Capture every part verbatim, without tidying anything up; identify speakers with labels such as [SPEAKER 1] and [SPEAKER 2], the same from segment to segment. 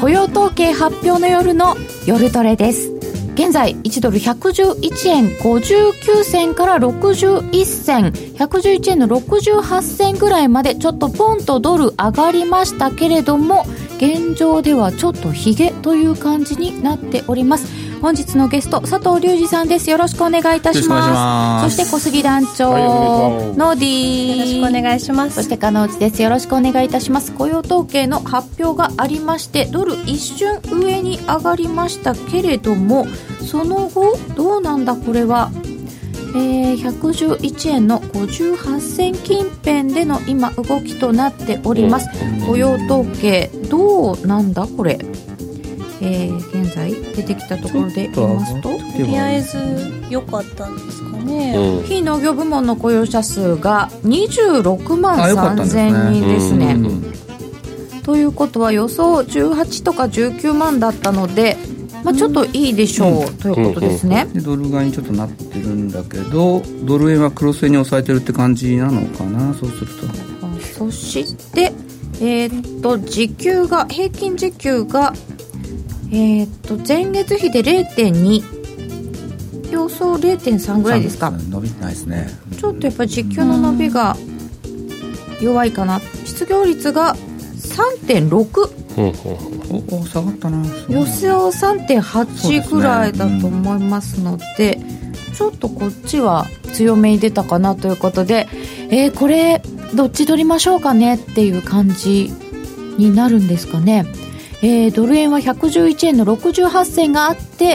[SPEAKER 1] 雇用統計発表の夜の夜トレです。現在いちドルひゃくじゅういちえんごじゅうきゅうせんからろくじゅういっせん、ひゃくじゅういちえんのろくじゅうはっせんぐらいまでちょっとポンとドル上がりましたけれども、現状ではちょっとヒゲという感じになっております。本日のゲスト佐藤隆二さんです。よろしくお願いいたします。そして小杉団長、はい、ノーディー、
[SPEAKER 2] よろしくお願いします。
[SPEAKER 1] そして加納内です。よろしくお願いいたします。雇用統計の発表がありまして、ドル一瞬上に上がりましたけれども、その後どうなんだこれは、えー、ひゃくじゅういちえんのごじゅうはっせん近辺での今動きとなっております。雇用統計どうなんだこれ、えー、現在出てきたところで言いますと、
[SPEAKER 2] とりあえず良かったんですかね、
[SPEAKER 1] うん、非農業部門の雇用者数がにじゅうろくまんさんぜんにんですね、うんうん、ということは予想じゅうはちとかじゅうきゅうまんだったので、まあ、ちょっといいでしょう、うん、ということですね、
[SPEAKER 3] でドル買いにちょっとなってるんだけど、ドル円はクロス円に抑えてるって感じなのかな。そうすると、
[SPEAKER 1] そしてえー、っと時給が平均時給がえー、っと前月比で れいてんに、 予想 れいてんさん ぐらいですか。
[SPEAKER 3] 伸びてないですね。
[SPEAKER 1] ちょっとやっぱり時給の伸びが弱いかな。失業率が さんてんろく、
[SPEAKER 3] おお下がったな。
[SPEAKER 1] 予想 さんてんはち ぐらいだと思いますので、うん、ちょっとこっちは強めに出たかなということで、えー、これどっち取りましょうかねっていう感じになるんですかね。えー、ドル円はひゃくじゅういちえんのろくじゅうはっせんがあって、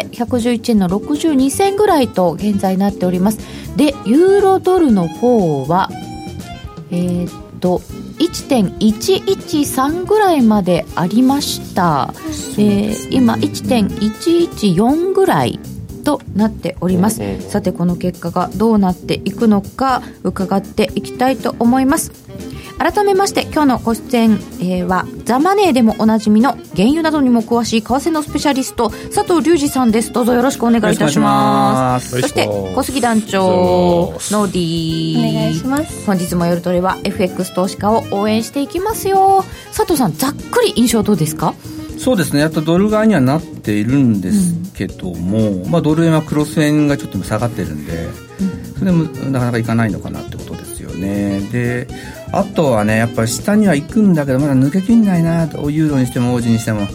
[SPEAKER 1] ひゃくじゅういちえんのろくじゅうにせんぐらいと現在なっております。でユーロドルの方はえー、っと いってんいちいちさん ぐらいまでありました、えー、今 いってんいちいちよん ぐらいとなっております。さてこの結果がどうなっていくのか伺っていきたいと思います。改めまして今日のご出演、えー、はザ・マネーでもおなじみの原油などにも詳しい為替のスペシャリスト佐藤隆二さんです。どうぞよろしくお願いいたします。そして小杉団長、ノーディー、
[SPEAKER 2] お願いします。
[SPEAKER 1] 本日も夜トレは エフエックス 投資家を応援していきますよ。佐藤さんざっくり印象どうですか？
[SPEAKER 3] そうですね、やっとドル買いにはなっているんですけども、うん、まあ、ドル円はクロス円がちょっと下がってるんで、うん、それでもなかなかいかないのかなってことですよね。であとはね、やっぱり下には行くんだけどまだ抜けきんないなと、ユーロにしてもオージーにしても、うん、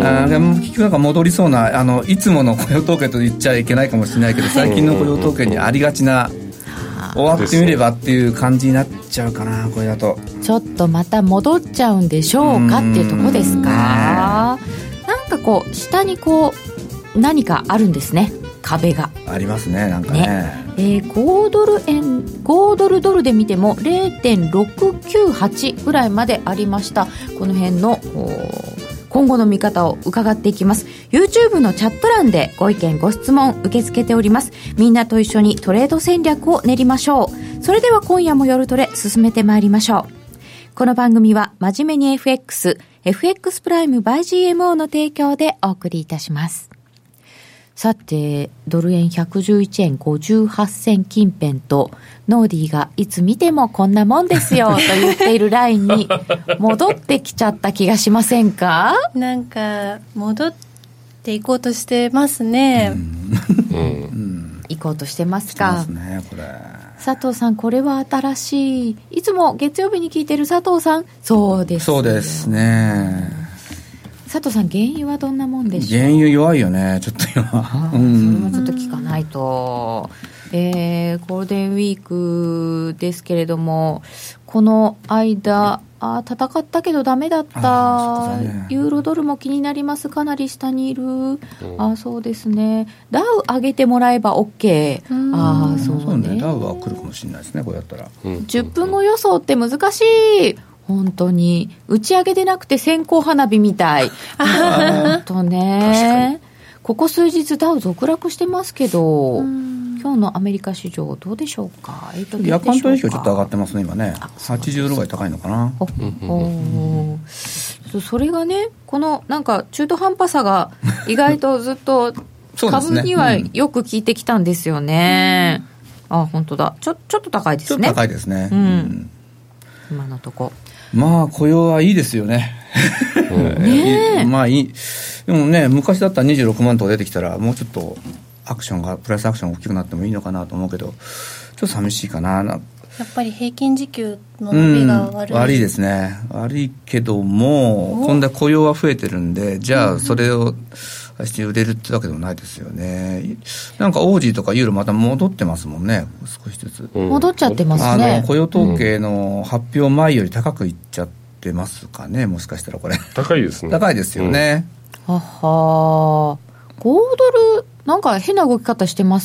[SPEAKER 3] あ結局なんか戻りそうな、あのいつもの雇用統計と言っちゃいけないかもしれないけど、最近の雇用統計にありがちな、終わってみればっていう感じになっちゃうかな。これだと
[SPEAKER 1] ちょっとまた戻っちゃうんでしょうかっていうところですか。なんかこう下にこう何かあるんですね、壁が
[SPEAKER 3] ありますね。なんかね、ね
[SPEAKER 1] えー、ごドル円ごドルドルで見ても れいてんろくきゅうはち ぐらいまでありました。この辺の今後の見方を伺っていきます。 YouTube のチャット欄でご意見ご質問受け付けております。みんなと一緒にトレード戦略を練りましょう。それでは今夜も夜トレ進めてまいりましょう。この番組は真面目に エフエックス エフエックス プライム by ジーエムオー の提供でお送りいたします。さてドル円ひゃくじゅういちえんごじゅうはっせん近辺と、ノーディーがいつ見てもこんなもんですよと言っているラインに戻ってきちゃった気がしませんか？
[SPEAKER 2] なんか戻っていこうとしてますね。
[SPEAKER 3] うん、うん、
[SPEAKER 1] 行こうとしてますか。
[SPEAKER 3] してますね、これ。
[SPEAKER 1] 佐藤さんこれは新しい、いつも月曜日に聞いてる佐藤さん、そうです
[SPEAKER 3] そうですね。
[SPEAKER 1] 佐藤さん原油はどんなもんでしょう？
[SPEAKER 3] 原油弱いよね、ちょっと今、
[SPEAKER 1] うん、それもちょっと聞かないと。えー、ゴールデンウィークですけれども、この間あ戦ったけどダメだった、ね、ユーロドルも気になります。かなり下にいる、うん、あそうですね。ダウ上げてもらえば OK。 あそうね、そうね、
[SPEAKER 3] ダウは来るかもしれないですね、これやったら、
[SPEAKER 1] うん、じゅっぷんご予想って難しい。本当に打ち上げでなくて線香花火みたい。本当ね。ここ数日ダウ続落してますけど、今日のアメリカ市場どうでしょうか？
[SPEAKER 3] 夜間取引はちょっと上がってますね今ね。はちじゅうドルぐらい高いのかな。
[SPEAKER 1] おおそれがね、このなんか中途半端さが意外とずっと株にはよく効いてきたんですよね。あ本当だ、ちょ、ちょっと高いですね。
[SPEAKER 3] ちょっと高いですね、
[SPEAKER 1] うんうん、今のとこ
[SPEAKER 3] まあ雇用はいいですよね。
[SPEAKER 1] ねえ
[SPEAKER 3] まあいい。でもね、昔だったらにじゅうろくまんとか出てきたらもうちょっとアクションがプライスアクションが大きくなってもいいのかなと思うけど、ちょっと寂しいかな。な
[SPEAKER 2] やっぱり平均時給の伸びが悪い、
[SPEAKER 3] うん、悪いですね。悪いけども今度は雇用は増えてるんで、じゃあそれをして売れるってわけでもないですよね。なんかオージーとかユーロまた戻ってますもんね、少しずつ、
[SPEAKER 1] うん、戻っちゃってますね。
[SPEAKER 3] あの雇用統計の発表前より高くいっちゃってますかね、もしかしたらこれ
[SPEAKER 4] 高いですね。
[SPEAKER 3] 高いですよね、
[SPEAKER 1] うん、ははごドルなんか変な動き方してます？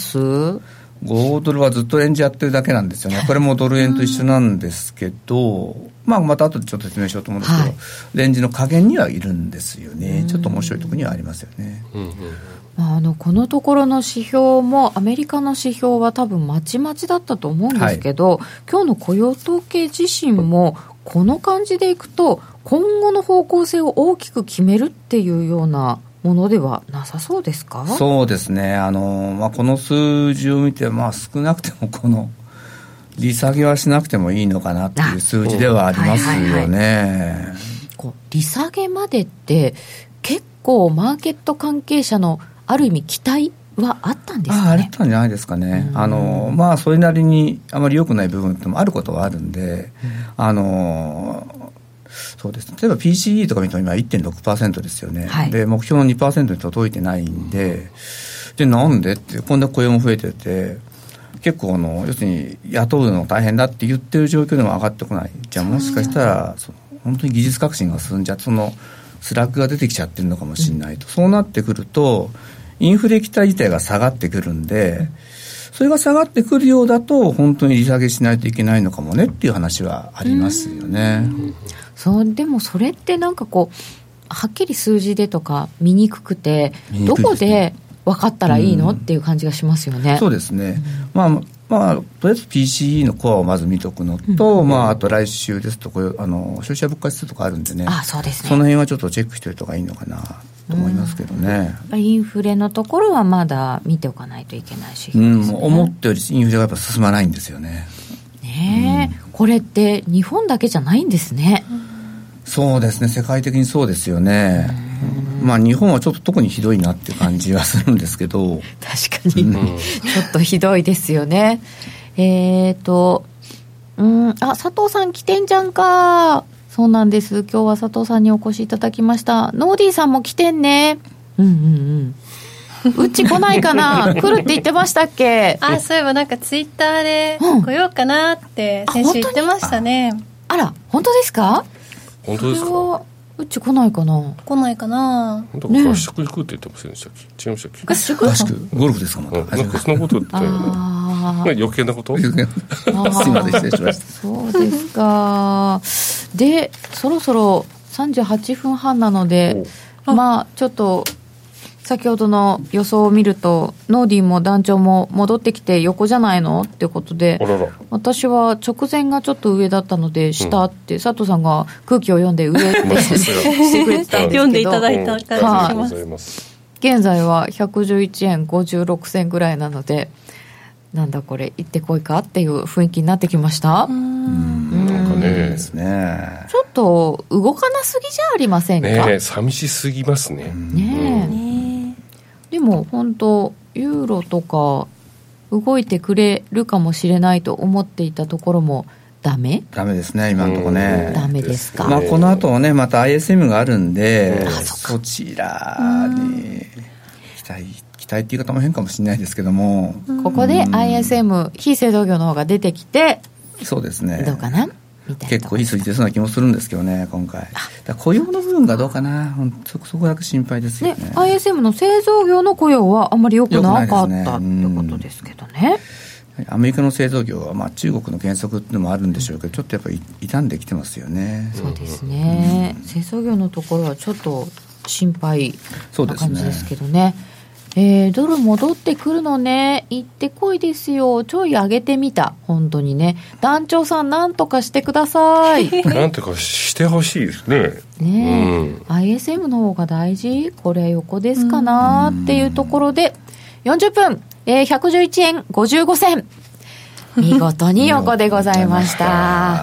[SPEAKER 3] ごドルはずっとレンジやってるだけなんですよね。これもドル円と一緒なんですけど、まあ、また後でちょっと説明しようと思うんですけど、はい、レンジの加減にはいるんですよね。ちょっと面白いところにはありますよね。
[SPEAKER 4] うんうん、
[SPEAKER 1] あのこのところの指標もアメリカの指標は多分まちまちだったと思うんですけど、はい、今日の雇用統計自身もこの感じでいくと今後の方向性を大きく決めるっていうようなものではなさそうですか？
[SPEAKER 3] そうですね。あの、まあ、この数字を見て、まあ、少なくてもこの利下げはしなくてもいいのかなっていう数字ではありますよね。
[SPEAKER 1] こう利下げまでって結構マーケット関係者のある意味期待はあったんですかね？
[SPEAKER 3] あ, あったんじゃないですかね。あの、まあ、それなりにあまり良くない部分ってもあることはあるんで、うん、あのそうです。例えば ピーシーイー とか見ると今 いってんろくパーセント ですよね、はい、で目標の にパーセント に届いてないんで、でなんでってこんな雇用も増えてて結構あの要するに雇うの大変だって言ってる状況でも上がってこない。じゃあもしかしたらその本当に技術革新が進んじゃってそのスラックが出てきちゃってるのかもしれないと、うん、そうなってくるとインフレ期待自体が下がってくるんで、うん、それが下がってくるようだと本当に利下げしないといけないのかもねっていう話はありますよね。
[SPEAKER 1] うん、そうでもそれってなんかこうはっきり数字でとか見にくくてどこで分かったらいいの、うん、っていう感じがしますよね。
[SPEAKER 3] そうですね、うん、まあまあ、とりあえず ピーシーイー のコアをまず見とくのと、うんまあ、あと来週ですとこうあの消費者物価指数とかあるんでね、
[SPEAKER 1] あそうですね、
[SPEAKER 3] その辺はちょっとチェックしておいた方がいいのかなと思いますけどね、
[SPEAKER 1] うん、インフレのところはまだ見ておかないといけないし、ね
[SPEAKER 3] うん、思ったよりインフレがやっぱ進まないんですよね。
[SPEAKER 1] ねえ、うん、これって日本だけじゃないんですね。
[SPEAKER 3] そうですね、世界的にそうですよね。まあ日本はちょっと特にひどいなっていう感じはするんですけど
[SPEAKER 1] 確かに、うん、ちょっとひどいですよね。えーとうんあ佐藤さん来てんじゃんか。そうなんです、今日は佐藤さんにお越しいただきました。ノーディーさんも来てんね。うんうんうんうち来ないかな来るって言ってましたっけ？
[SPEAKER 2] あそういえばなんかツイッターで来ようかなって先週言ってましたね。
[SPEAKER 1] うん、あ, あら本当ですか？
[SPEAKER 4] 本当ですか？
[SPEAKER 1] うち来ないかな
[SPEAKER 2] 来ないかな。
[SPEAKER 4] 本当合宿行くって言ってませんでしたっけ？違いましたっけ？
[SPEAKER 1] 合宿
[SPEAKER 3] 合宿ゴルフですか？また、
[SPEAKER 4] うん、なんかそのことってあ余計なことすい
[SPEAKER 3] ません失礼しました。
[SPEAKER 1] そうですか。でそろそろさんじゅうはっぷんはんなのでまあちょっと先ほどの予想を見るとノーディーも団長も戻ってきて横じゃないのっていうことで、
[SPEAKER 4] あらら
[SPEAKER 1] 私は直前がちょっと上だったので下って、うん、佐藤さんが空気を読んで上ってしてくれてたんですけど
[SPEAKER 2] 読んでいただいた感じします。
[SPEAKER 1] 現在はひゃくじゅういちえんごじゅうろくせんぐらいなのでなんだこれ行ってこいかっていう雰囲気になってきました。うー
[SPEAKER 3] んなんかねですね、
[SPEAKER 1] ちょっと動かなすぎじゃありませんか
[SPEAKER 4] ね。寂しすぎますね。
[SPEAKER 1] ねえ、うんでも本当ユーロとか動いてくれるかもしれないと思っていたところもダメ
[SPEAKER 3] ダメですね今のところね。
[SPEAKER 1] ダメですか。
[SPEAKER 3] まあ、この後ねまた アイエスエム があるんで そ, そちらに期待期待っていう方も変かもしれないですけども、
[SPEAKER 1] ここで アイエスエム 非製造業の方が出てきて
[SPEAKER 3] そうですね
[SPEAKER 1] どうかなみたいな
[SPEAKER 3] 結構いい数字出そうな気もするんですけどね今回。だ雇用の部分がどうかなそ, そこだけ心配ですよね。
[SPEAKER 1] ね アイエスエム の製造業の雇用はあんまり良くなかった、ね、ってことですけどね。
[SPEAKER 3] アメリカの製造業は、まあ、中国の減速っていうのもあるんでしょうけどちょっとやっぱり傷んできてますよね。
[SPEAKER 1] そうですね、うん、製造業のところはちょっと心配な感じですけどね。えー、ドル戻ってくるのね。行ってこいですよ。ちょい上げてみた。本当にね。団長さんなんとかしてください。
[SPEAKER 4] なんとかしてほしいですね。
[SPEAKER 1] ねえ、うん、アイエスエム の方が大事。これ横ですかなっていうところでよんじゅっぷん、えー、ひゃくじゅういちえんごじゅうごせん見事に横でございました。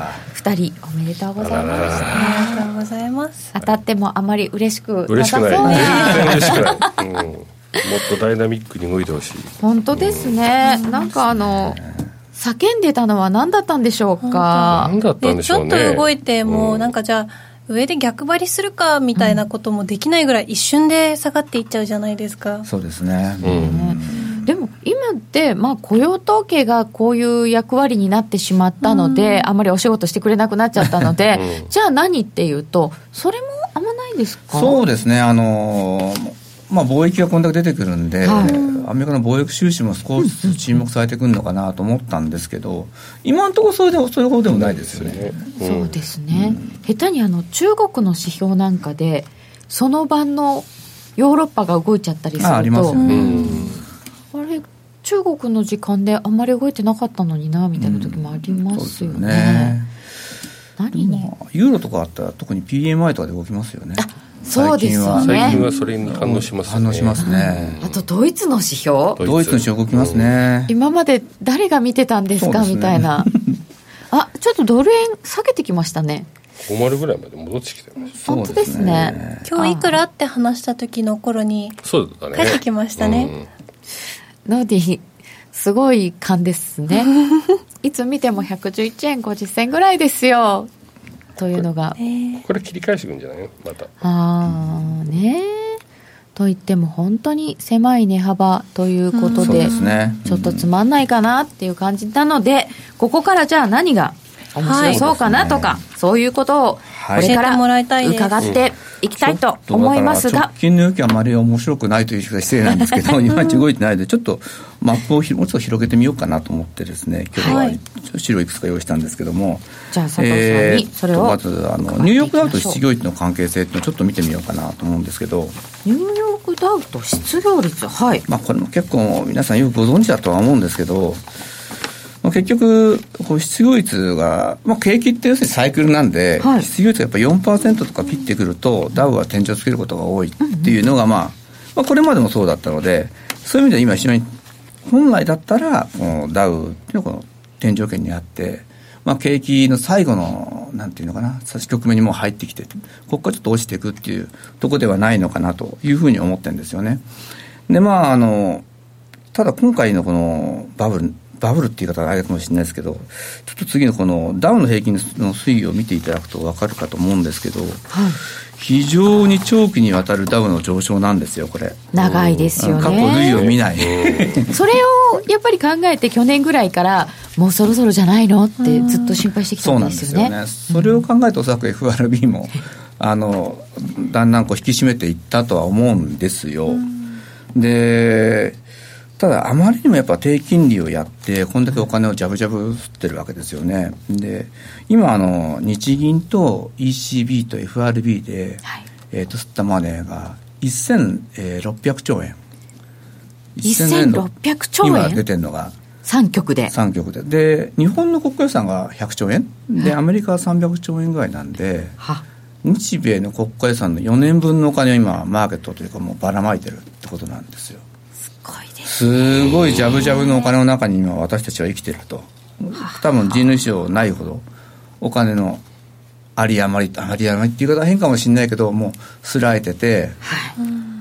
[SPEAKER 1] ふたりおめでとうございます。
[SPEAKER 2] ありがとうございます。
[SPEAKER 1] 当たってもあまり嬉しくな
[SPEAKER 4] 嬉しく
[SPEAKER 1] さそう
[SPEAKER 4] ない全然
[SPEAKER 1] な
[SPEAKER 4] 嬉しくない、うん、もっとダイナミックに動いてほしい。
[SPEAKER 1] 本当ですね、うん、なんかあの叫んでたのは何だったんでしょうか。
[SPEAKER 4] 何だったんでしょうね。
[SPEAKER 2] ちょっと動いてもうなんかじゃあ上で逆張りするかみたいなこともできないぐらい一瞬で下がっていっちゃうじゃないですか。
[SPEAKER 3] そうですね、うん
[SPEAKER 1] うん、でも今って、まあ、雇用統計がこういう役割になってしまったので、うん、あまりお仕事してくれなくなっちゃったので、うん、じゃあ何っていうとそれもあんまないですか。
[SPEAKER 3] そうですね、あのまあ、貿易がこんだけ出てくるんで、はい、アメリカの貿易収支も少しずつ注目されてくるのかなと思ったんですけど、今のところそれでそういうことでもないですよね、
[SPEAKER 1] うん、そうですね、うん、下手にあの中国の指標なんかでその晩のヨーロッパが動いちゃったりすると
[SPEAKER 3] あ, ありますよね、うん
[SPEAKER 1] あれ中国の時間であんまり動いてなかったのになみたいな時もありますよね、うん、そうですよね。何に、
[SPEAKER 3] まあ、ユーロとかあったら特に ピーエムアイ とかで動きますよね。
[SPEAKER 1] そうですよね。
[SPEAKER 4] 最近はそれに反応しますね。
[SPEAKER 3] 反応しますね、
[SPEAKER 1] うん、あとドイツの指標
[SPEAKER 3] ドイツの指標動きますね、
[SPEAKER 1] うん、今まで誰が見てたんですか、ね、みたいなあ、ちょっとドル円下げてきましたね。
[SPEAKER 4] ごじゅうぐらいまで戻ってきてま
[SPEAKER 1] した。本当ですね。
[SPEAKER 2] 今日いくらって話した時の頃に
[SPEAKER 4] そうだね、
[SPEAKER 2] 帰ってきましたね、
[SPEAKER 1] うん、ノーディすごい感ですねいつ見てもひゃくじゅういちえんごじゅっせんぐらいですよというのが
[SPEAKER 4] これ、えー、これ切り返してくるんじゃないのまた。
[SPEAKER 1] あーねと言っても本当に狭い値幅ということで、うんね、ちょっとつまんないかなっていう感じなので、ここからじゃあ何が面白そうかなとか、はい、そういうことをこれから伺っていきたいと思いますが、
[SPEAKER 3] 直近の動きはあまり面白くないという人は失礼なんですけどいまいち動いてないのでちょっとマップをもうちょっと広げてみようかなと思ってですね、今日は資料いくつか用意したんですけども、
[SPEAKER 1] じゃあ佐藤さんにそれを、
[SPEAKER 3] えー、まずあのニューヨークダウと失業率の関係性っていうのをちょっと見てみようかなと思うんですけど、
[SPEAKER 1] ニューヨークダウと失業率、はい、
[SPEAKER 3] まあ、これも結構皆さんよくご存知だとは思うんですけど、まあ、結局こう失業率が、まあ、景気って要するにサイクルなんで、はい、失業率がやっぱ よんパーセント とか切ってくるとダウは天井をつけることが多いっていうのが、まあまあ、これまでもそうだったので、そういう意味では今非常に本来だったらこのダウっていうのはこの天井圏にあって、まあ、景気の最後のなんていうのかな差し局面にもう入ってきて、ここからちょっと落ちていくっていうところではないのかなというふうに思ってるんですよね。でまああのただ今回のこのバブルバブルって言い方はあれかもしれないですけど、ちょっと次のこのダウの平均の推移を見ていただくと分かるかと思うんですけど、はい、非常に長期にわたるダウの上昇なんですよ。これ
[SPEAKER 1] 長いですよね。
[SPEAKER 3] 過去類を見ない
[SPEAKER 1] それをやっぱり考えて去年ぐらいからもうそろそろじゃないのってずっと心配してきたんですよね。
[SPEAKER 3] そうなんですよね。それを考えるとおそらく エフアールビー もあのだんだんこう引き締めていったとは思うんですよ。でただあまりにもやっぱ低金利をやってこんだけお金をジャブジャブ吸ってるわけですよね。で今あの日銀と イーシービー と エフアールビー で、はい、えー、と吸ったマネーがせんろっぴゃくちょうえん
[SPEAKER 1] せんろっぴゃくちょうえん
[SPEAKER 3] 今出てるのが
[SPEAKER 1] さん局で
[SPEAKER 3] さん局でで日本の国家予算がひゃくちょうえんで、アメリカはさんびゃくちょうえんぐらいなんで、は日米の国家予算のよねんぶんのお金を今マーケットというかもうばらまいてるってことなんですよ。すごいジャブジャブのお金の中に今私たちは生きてると。多分人類史上ないほどお金のあり余りあり余りっていう言い方は変かもしれないけどもうすらえてて、はい、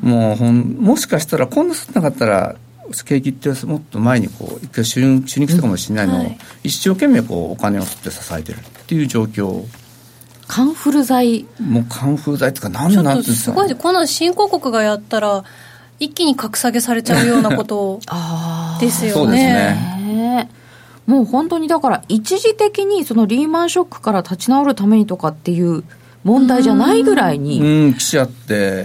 [SPEAKER 3] もうほんもしかしたらこんなすんなかったら景気ってもっと前にこう一回収入来たかもしれないのを、うんはい、一生懸命こうお金を吸って支えてるっていう状況。
[SPEAKER 1] カンフル剤
[SPEAKER 3] もうカンフル剤っていうか何なんていうんですか、ね、
[SPEAKER 2] すごいこの新興国がやったら一気に格下げされちゃうようなことですよね。
[SPEAKER 3] そうですね。
[SPEAKER 1] もう本当にだから一時的にそのリーマンショックから立ち直るためにとかっていう問題じゃないぐらいに
[SPEAKER 3] うん来ちゃって、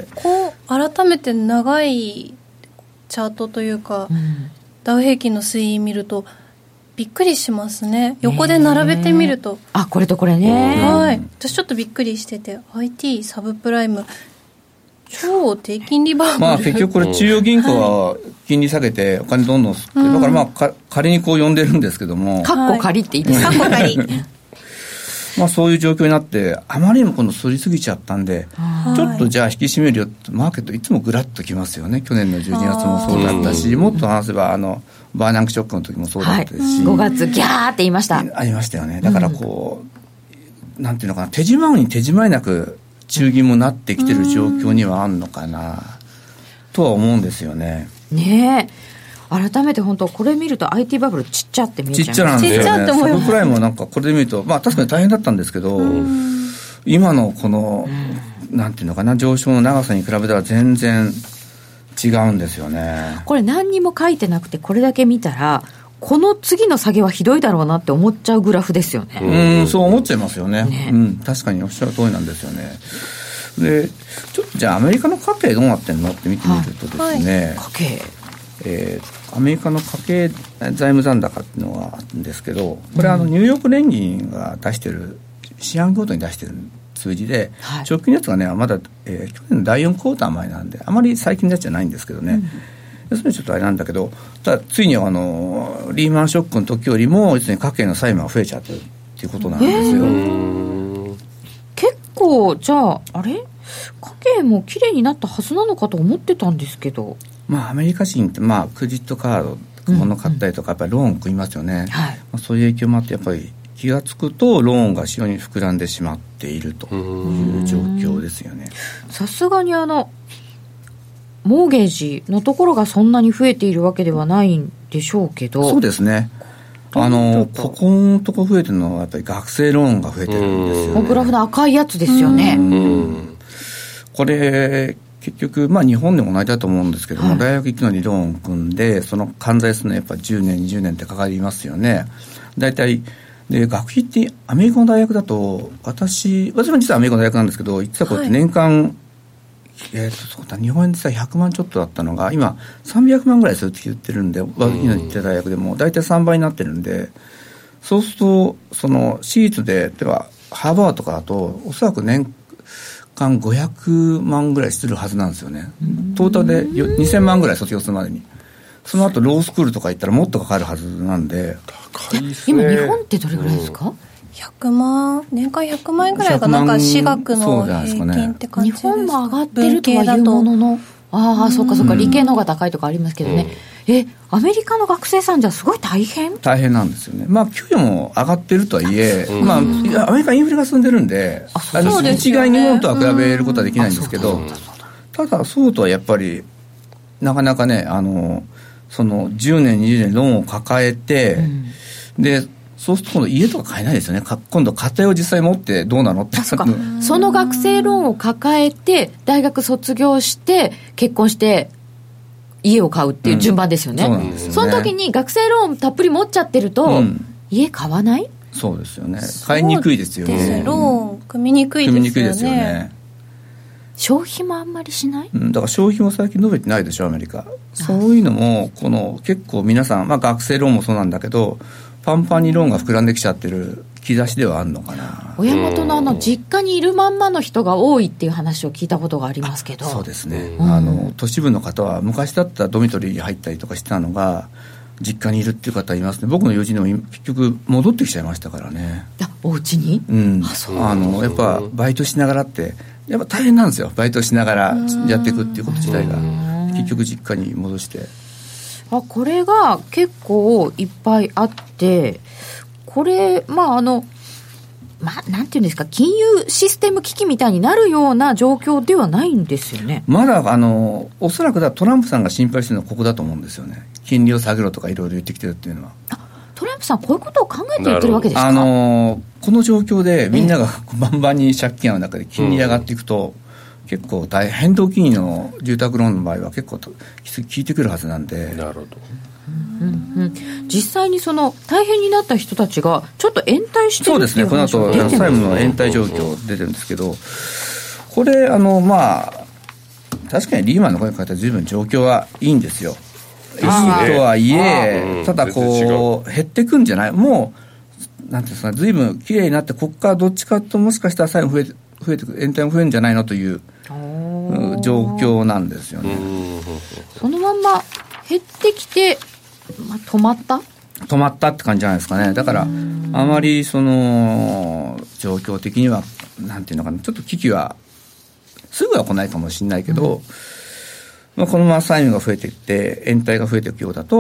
[SPEAKER 2] こう改めて長いチャートというか、うん、ダウ平均の推移見るとびっくりしますね。横で並べてみると、
[SPEAKER 1] あこれとこれね、
[SPEAKER 2] はい、私ちょっとびっくりしてて アイティー サブプライム超低金利バーブル、
[SPEAKER 3] まあ、結局これ中央銀行は金利下げてお金どんどん吸って、はい、だからまあか仮にこう呼んでるんですけども、
[SPEAKER 1] カッコ仮って言ってカッコ仮
[SPEAKER 3] まあそういう状況になってあまりにもこの吸いすぎちゃったんで、はい、ちょっとじゃあ引き締めるよってマーケットいつもグラッときますよね。去年のじゅうにがつもそうだったし、もっと話せばあのバーナンクショックの時もそうだったですし、
[SPEAKER 1] はい、ごがつギャーって言いました。
[SPEAKER 3] ありましたよね。だからこう、うんなんていうのかな、手締まうに手締まいなく中銀もなってきてる状況にはあるのかなとは思うんですよね。
[SPEAKER 1] ねえ、改めて本当これ見ると アイティー バブルちっちゃって見えちゃいます。
[SPEAKER 3] ちっちゃなんですよね。
[SPEAKER 2] ちっちゃって思います。
[SPEAKER 3] サブプライムもなんかこれで見ると、まあ確かに大変だったんですけど、今のこの、なんていうのかな、上昇の長さに比べたら全然違うんですよね。
[SPEAKER 1] これ何にも書いてなくてこれだけ見たら、この次の下げはひどいだろうなって思っちゃうグラフですよね。
[SPEAKER 3] うん、そう思っちゃいますよね。
[SPEAKER 1] ね、
[SPEAKER 3] うん、確かにおっしゃる通りなんですよね。で、ちょっとじゃあアメリカの家計どうなってんのって見てみるとですね、
[SPEAKER 1] はい、家計、
[SPEAKER 3] えー、アメリカの家計財務残高っていうのがあるんですけど、これはあのニューヨーク連銀が出してる四半期ごとに出してる数字で、はい、直近のやつがねまだ、えー、去年のだいよんクォーター前なんであまり最近のやつじゃないんですけどね、うん、それちょっとあれなんだけど、ただついにはあのリーマンショックの時よりも実に家計の債務が増えちゃってるっていうことなんですよ。えー、
[SPEAKER 1] 結構じゃああれ家計もきれいになったはずなのかと思ってたんですけど、
[SPEAKER 3] まあアメリカ人ってまあクレジットカード物買ったりとかやっぱりローン組みますよね、うんうん、はい、まあ、そういう影響もあってやっぱり気がつくとローンが非常に膨らんでしまっているという状況ですよね。
[SPEAKER 1] さすがにあのモーゲージのところがそんなに増えているわけではないんでしょうけど。
[SPEAKER 3] そうですね、あのここのとこ増えてるのはやっぱり学生ローンが増えてるんですよね。
[SPEAKER 1] グラフの赤いやつですよね。
[SPEAKER 3] これ結局、まあ、日本でも同じだと思うんですけども、はい、大学行くのにローン組んでその完済するのはやっぱじゅうねんにじゅうねんってかかりますよね。だいたいで学費ってアメリカの大学だと私私も実はアメリカの大学なんですけど、実はこうやって年間、はい、えー、とそうだ日本円でさひゃくまんちょっとだったのが今さんびゃくまんぐらいするって言ってるんで、私の行ってた大学でもだいたいさんばいになってるんで、そうするとその私立でではハーバードとかだとおそらく年間ごひゃくまんぐらいするはずなんですよね。トータルでにせんまんぐらい卒業するまでに。その後ロースクールとか行ったらもっとかかるはずなんで。
[SPEAKER 4] 高いですね。
[SPEAKER 1] 今日本ってどれぐらいですか？
[SPEAKER 2] ひゃくまん、年間ひゃくまん円ぐらいがなんか私学の平均って感じですか。
[SPEAKER 1] 日本も上がってるとはいうものの、ああそうかそうか、理系の方が高いとかありますけどね、うん、えアメリカの学生さんじゃすごい大変
[SPEAKER 3] 大変なんですよね。まあ給与も上がってるとはいえ、うん、まあアメリカインフレが進んでるんで、ああの一概日本とは比べることはできないんですけど、ただそうとはやっぱりなかなかね、あのそのじゅうねんにじゅうねんローンを抱えて、うん、でそうすると今度家とか買えないですよね。今度家庭を実際持ってどうなのって。
[SPEAKER 1] そうかその学生ローンを抱えて大学卒業して結婚して家を買うっていう順番ですよね、うん、そうなんですよね。その時に学生ローンたっぷり持っちゃってると、うん、家買わない。
[SPEAKER 3] そうですよね。買いにくいですよね。
[SPEAKER 2] ローン組みにくいですよね。組みにくいですよね。
[SPEAKER 1] 消費もあんまりしない、
[SPEAKER 3] うん、だから消費も最近伸びてないでしょアメリカ。そういうのもこの結構皆さん、まあ、学生ローンもそうなんだけどパンパンにローンが膨らんできちゃってる兆しではあるのかな。
[SPEAKER 1] 親元のあの実家にいるまんまの人が多いっていう話を聞いたことがありますけど。
[SPEAKER 3] そうですね、うん、あの都市部の方は昔だったらドミトリーに入ったりとかしてたのが実家にいるっていう方いますね。僕の友人でも結局戻ってきちゃいましたからね。
[SPEAKER 1] あお家に、
[SPEAKER 3] うん、あそうあのやっぱバイトしながらってやっぱ大変なんですよ。バイトしながらやっていくっていうこと自体が結局実家に戻して。
[SPEAKER 1] あこれが結構いっぱいあってこれまああのまあなんていうんですか金融システム危機みたいになるような状況ではないんですよね。
[SPEAKER 3] まだあのおそらくだトランプさんが心配してるのはここだと思うんですよね。金利を下げろとかいろいろ言ってきてるっていうのは。あ
[SPEAKER 1] トランプさんこういうことを考えて言ってるわけですか。
[SPEAKER 3] あのこの状況でみんながバンバンに借金の中で金利上がっていくと、うん、結構大変動金利の住宅ローンの場合は結構効いてくるはずなんで。
[SPEAKER 4] なるほど。
[SPEAKER 1] うんうん、実際にその大変になった人たちがちょっと延滞してるっていう話が出てるんですね。
[SPEAKER 3] そうですね。この後債務の延滞状況出てるんですけど、これあのまあ確かにリーマンの声に書いたら随分状況はいいんですよ。いいとはいえ、ただこう減ってくんじゃない。もうなんていうんですか、随分きれいになってここからどっちかともしかしたら債務増えて増えてくる延滞も増えるんじゃないのという状況なんですよね。
[SPEAKER 1] そのまんま減ってきて、まあ、止まった
[SPEAKER 3] 止まったって感じじゃないですかね。だからあまりその状況的にはなんていうのかな、ちょっと危機はすぐは来ないかもしれないけど、うんまあ、このまま債務が増えていって延滞が増えていくようだと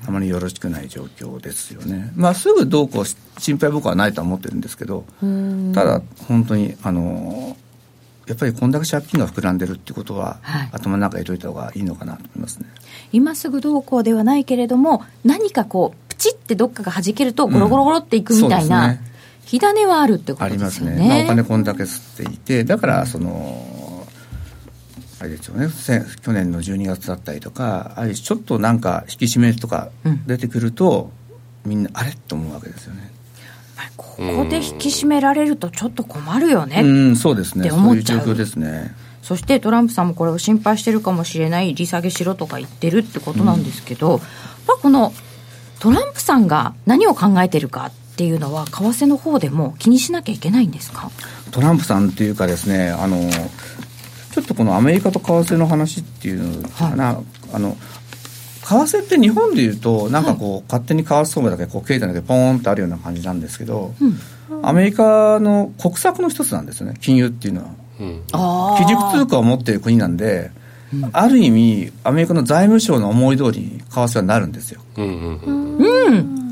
[SPEAKER 3] あまりよろしくない状況ですよね。まあ、すぐどうこう心配僕はないとは思ってるんですけど、ただ本当にあのやっぱりこんだけ借金が膨らんでるってことは、はい、頭の中に入れといた方がいいのかなと思いますね。
[SPEAKER 1] 今すぐどうこうではないけれども、何かこうプチってどっかが弾けるとゴロゴロゴロっていくみたいな、うん、火種はあるってことですよね。ありますね。まあ、お金こんだけ吸っていて、だからそのあれですよね、去年のじゅうにがつだったりとか、あれちょっとなんか引き締めとか出てくると、うん、みんなあれと思うわけですよね。 ここで引き締められるとちょっと困るよね、
[SPEAKER 3] うん、そうですね、そういう状況ですね。
[SPEAKER 1] そしてトランプさんもこれを心配してるかもしれない、利下げしろとか言ってるってことなんですけど、うん、まあ、このトランプさんが何を考えてるかっていうのは為替の方でも気にしなきゃいけないんですか？
[SPEAKER 3] トランプさんっていうかですね、あのちょっとこのアメリカと為替の話っていうのかな、はい、あの為替って日本でいうとなんかこう、はい、勝手に為替相場だけこう経済だけポーンとあるような感じなんですけど、うん、アメリカの国策の一つなんですよね、金融っていうのは、うん、基軸通貨を持っている国なんで、うん、ある意味アメリカの財務省の思い通りに為替はなるんですよ、うんうんうん、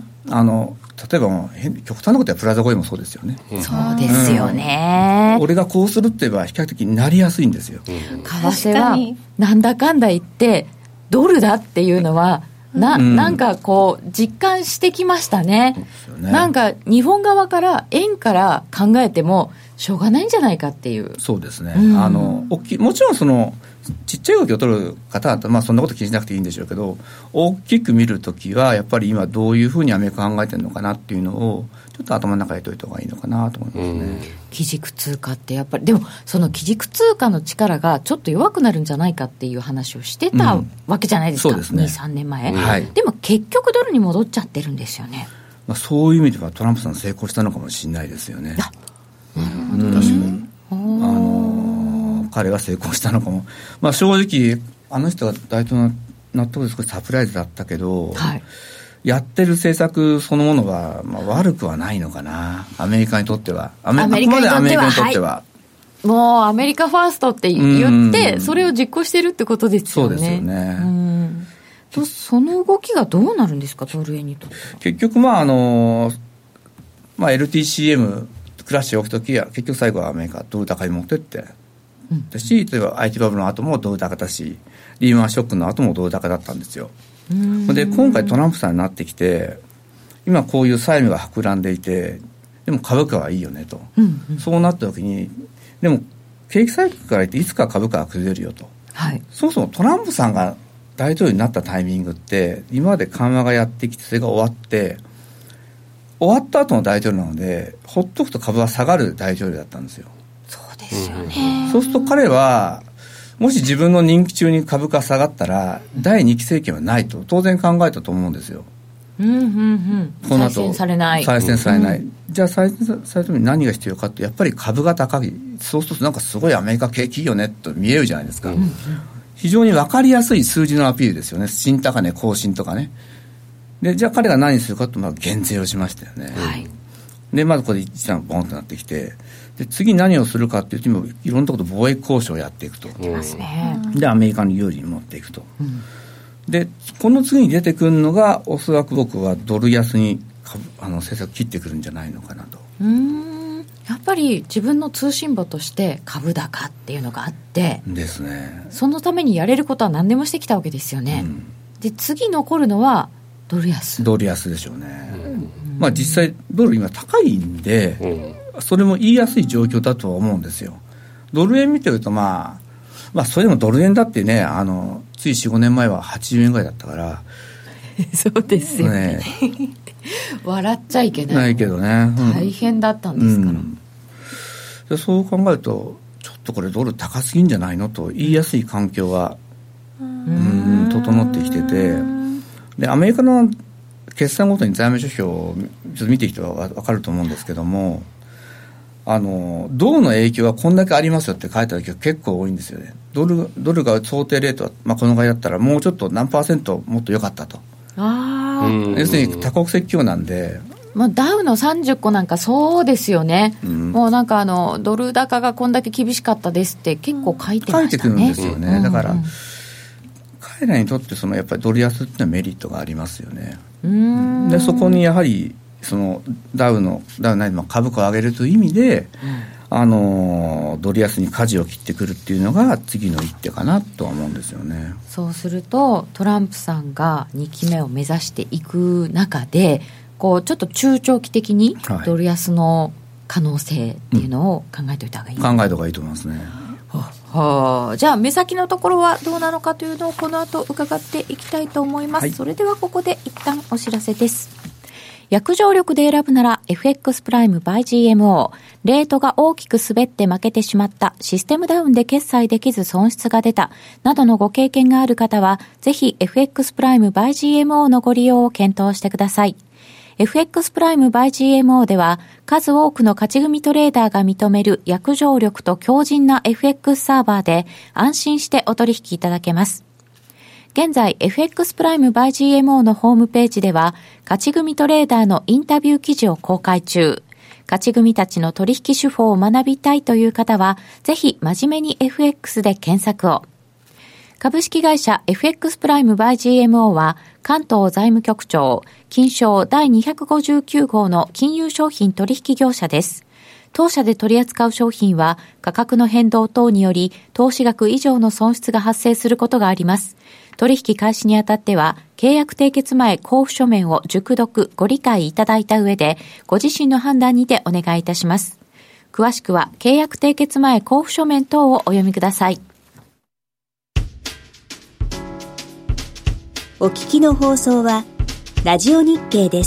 [SPEAKER 3] あの例えばもう極端なことはプラザ合意もそうですよね、
[SPEAKER 1] うん、そうですよね、
[SPEAKER 3] うん、俺がこうするって言えば比較的になりやすいんですよ、
[SPEAKER 1] うん、為替はなんだかんだ言ってドルだっていうのは な,、うん、なんかこう実感してきましたね。そうですよね。なんか日本側から円から考えてもしょうがないんじゃないかっていう。
[SPEAKER 3] そうですね、うん、あの大きい、もちろんそのちっちゃい動きを取る方は、まあ、そんなこと気にしなくていいんでしょうけど、大きく見るときはやっぱり今どういうふうにアメリカ考えてるのかなっていうのをちょっと頭の中に入れておいた方がいいのかなと思いますね、うん、
[SPEAKER 1] 基軸通貨ってやっぱりでもその基軸通貨の力がちょっと弱くなるんじゃないかっていう話をしてたわけじゃないですか、うん、そうですね、にさんねんまえ、はい、でも結局ドルに戻っちゃってるんですよね、
[SPEAKER 3] まあ、そういう意味ではトランプさん成功したのかもしれないですよね。
[SPEAKER 1] あ、なるほど、確かに、
[SPEAKER 3] あのー、彼は成功したのかも、まあ、正直あの人が大統領の納得で少しサプライズだったけど、はい、やってる政策そのものは、まあ、悪くはないのかな、アメリカにとっては。アメリカにとっては、アメリカにとっては、はい、
[SPEAKER 1] もうアメリカファーストって言ってそれを実行してるってことですよね。
[SPEAKER 3] そうですよね。
[SPEAKER 1] うんとその動きがどうなるんですか、ドル円にとっては。
[SPEAKER 3] 結局、まああのまあ、エルティーシーエム クラッシュ起きたときは結局最後はアメリカドル高に持ってってだし、例えば アイティー バブルの後もドル高だし、リーマンショックの後もドル高だったんですよ。で今回トランプさんになってきて、今こういう債務が膨らんでいて、でも株価はいいよねと、うんうん、そうなった時にでも景気サイクルから言っていつか株価が崩れるよと、はい、そもそもトランプさんが大統領になったタイミングって今まで緩和がやってきてそれが終わって終わった後の大統領なので、ほっとくと株は下がる大統領だったんですよ。
[SPEAKER 1] そうですよね。
[SPEAKER 3] そうすると彼はもし自分の任期中に株価下がったらだいにき政権はないと当然考えたと思うんですよ。
[SPEAKER 1] うんうんうん、この後再選されない
[SPEAKER 3] 再選されない、うん、じゃあ再選されるために何が必要かってやっぱり株が高い、そうするとなんかすごいアメリカ景気いいよねと見えるじゃないですか、うんうん、非常に分かりやすい数字のアピールですよね。新高値更新とかね。でじゃあ彼が何するかとまあ減税をしましたよね、はい、でまずここで一段ボンとなってきて、で次何をするかっていうと今いろんなところで貿易交渉をやっていくと、
[SPEAKER 1] いますね、
[SPEAKER 3] でアメリカの有利に持っていくと、うん、でこの次に出てくるのがおそらく僕はドル安にあの政策切ってくるんじゃないのかなと。
[SPEAKER 1] うーん、やっぱり自分の通信簿として株高っていうのがあって
[SPEAKER 3] ですね、
[SPEAKER 1] そのためにやれることは何でもしてきたわけですよね、うん、で次残るのはドル安
[SPEAKER 3] ドル安でしょうね、うん、まあ実際ドル今高いんで、うん、それも言いやすい状況だとは思うんですよ。ドル円見てるとまあまあそれでもドル円だってね、あのつい よん,ご 年前ははちじゅうえんぐらいだったから
[SPEAKER 1] そうですよね、ね笑っちゃいけない
[SPEAKER 3] ないけどね、
[SPEAKER 1] うん、大変だったんですから、うん、
[SPEAKER 3] でそう考えるとちょっとこれドル高すぎんじゃないのと言いやすい環境はうん、整ってきてて、でアメリカの決算ごとに財務諸表をちょっと見てきては分かると思うんですけども、あのドルの影響はこんだけありますよって書いてある時は結構多いんですよね。ドル、ドルが想定レートは、まあ、このぐらいだったらもうちょっと何パーセントもっと良かったと。あ、要するに多国籍協なんで、
[SPEAKER 1] まあ、ダウのさんじゅっこなんかそうですよね、うん、もうなんかあのドル高がこんだけ厳しかったですって結構書いてましたね。
[SPEAKER 3] 書いてくるんですよね、うん、だから、うん、か彼らにとってそのやっぱりドル安っていうのはメリットがありますよね。うーんでそこにやはりそのダウのダウない株価を上げるという意味で、うん、あのドル安に舵を切ってくるっていうのが次の一手かなとは思うんですよね。
[SPEAKER 1] そうするとトランプさんがにきめを目指していく中でこうちょっと中長期的にドル安の可能性っていうのを考えておいた方がいい、
[SPEAKER 3] うん、考えた方がいいと思いますね。
[SPEAKER 1] はあ、じゃあ目先のところはどうなのかというのをこの後伺っていきたいと思います、はい、それではここで一旦お知らせです。約定力で選ぶなら エフエックス プライム by ジーエムオー。レートが大きく滑って負けてしまった、システムダウンで決済できず損失が出た、などのご経験がある方は、ぜひ エフエックス プライム by ジーエムオー のご利用を検討してください。エフエックス プライム by ジーエムオー では、数多くの勝ち組トレーダーが認める約定力と強靭な エフエックス サーバーで安心してお取引いただけます。現在 エフエックス プライム by ジーエムオー のホームページでは勝ち組トレーダーのインタビュー記事を公開中。勝ち組たちの取引手法を学びたいという方はぜひ真面目に エフエックス で検索を。株式会社 エフエックス プライム by ジーエムオー は関東財務局長金商だいにひゃくごじゅうきゅう号の金融商品取引業者です。当社で取り扱う商品は価格の変動等により投資額以上の損失が発生することがあります。取引開始にあたっては契約締結前交付書面を熟読ご理解いただいた上でご自身の判断にてお願いいたします。詳しくは契約締結前交付書面等をお読みください。
[SPEAKER 5] お聞きの放送はラジオ日経です。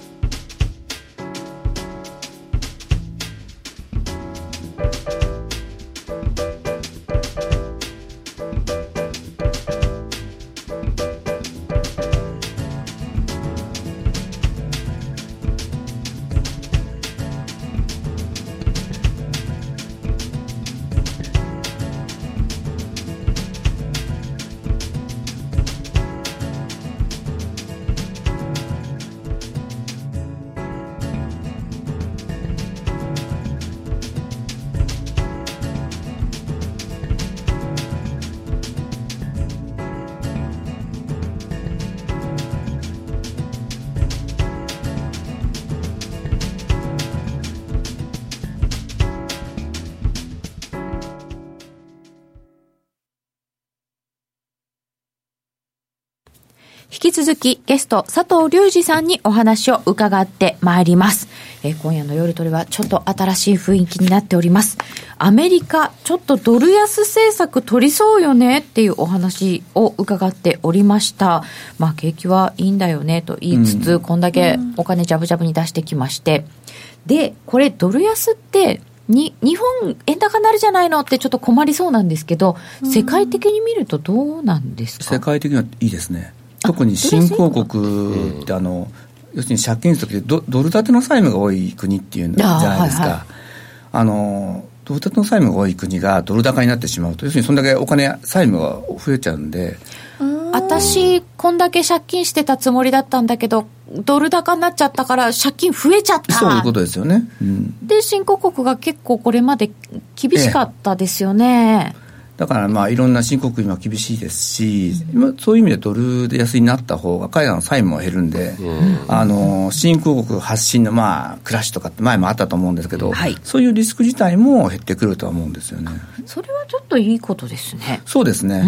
[SPEAKER 1] 引き続きゲスト佐藤隆二さんにお話を伺ってまいります。えー、今夜の夜トレはちょっと新しい雰囲気になっております。アメリカちょっとドル安政策取りそうよねっていうお話を伺っておりました。まあ景気はいいんだよねと言いつつ、うん、こんだけお金ジャブジャブに出してきまして、でこれドル安ってに日本円高になるじゃないのってちょっと困りそうなんですけど、世界的に見るとどうなんですか？
[SPEAKER 3] 世界的にはいいですね。特に新興国ってあの要するに借金するときドル建ての債務が多い国っていうんじゃないですか。あ、はいはい、あのドル建ての債務が多い国がドル高になってしまうと要するにそんだけお金債務が増えちゃうんで、
[SPEAKER 1] 私こんだけ借金してたつもりだったんだけどドル高になっちゃったから借金増えちゃった。
[SPEAKER 3] そういうことですよね、うん、
[SPEAKER 1] で新興国が結構これまで厳しかったですよね。
[SPEAKER 3] ええ、だからまあいろんな新興国は厳しいですし、うん、そういう意味でドルで安になった方が彼らの債務も減るんで、うん、あの新興国発信のまあクラッシュとかって前もあったと思うんですけど、はい、そういうリスク自体も減ってくるとは思うんですよね。
[SPEAKER 1] それはちょっといいことですね。
[SPEAKER 3] そうですね、うん、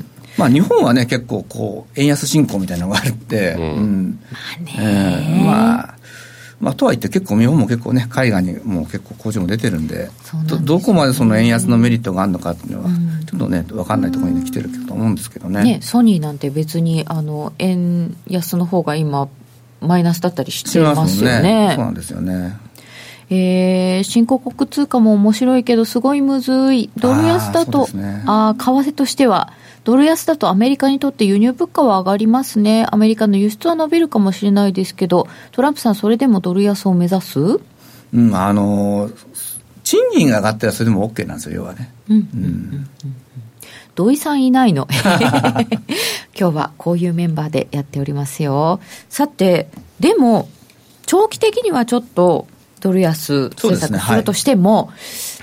[SPEAKER 3] まあ、日本はね結構こう円安進行みたいなのがあって、うんうん、まあね、えー、まあまあ、とはいって結構日本も結構ね海外にもう結構工場も出てるん で, んで ど, どこまでその円安のメリットがあるのかっていうのはちょっとね分かんないところに来てると思うんですけど ね,
[SPEAKER 1] ねソニーなんて別にあの円安の方が今マイナスだったりしてますよ ね, ね
[SPEAKER 3] そうなんですよね。
[SPEAKER 1] えー、新興国通貨も面白いけどすごいむずい。ドル安だと あ、ね、あ為替としてはドル安だとアメリカにとって輸入物価は上がりますね。アメリカの輸出は伸びるかもしれないですけど、トランプさんそれでもドル安を目指す？
[SPEAKER 3] うん、あの賃金が上がったらそれでも OK なんですよ要はね、うんうんうん、
[SPEAKER 1] 土井さんいないの今日はこういうメンバーでやっておりますよ。さてでも長期的にはちょっとドル安政策するとしても、はい、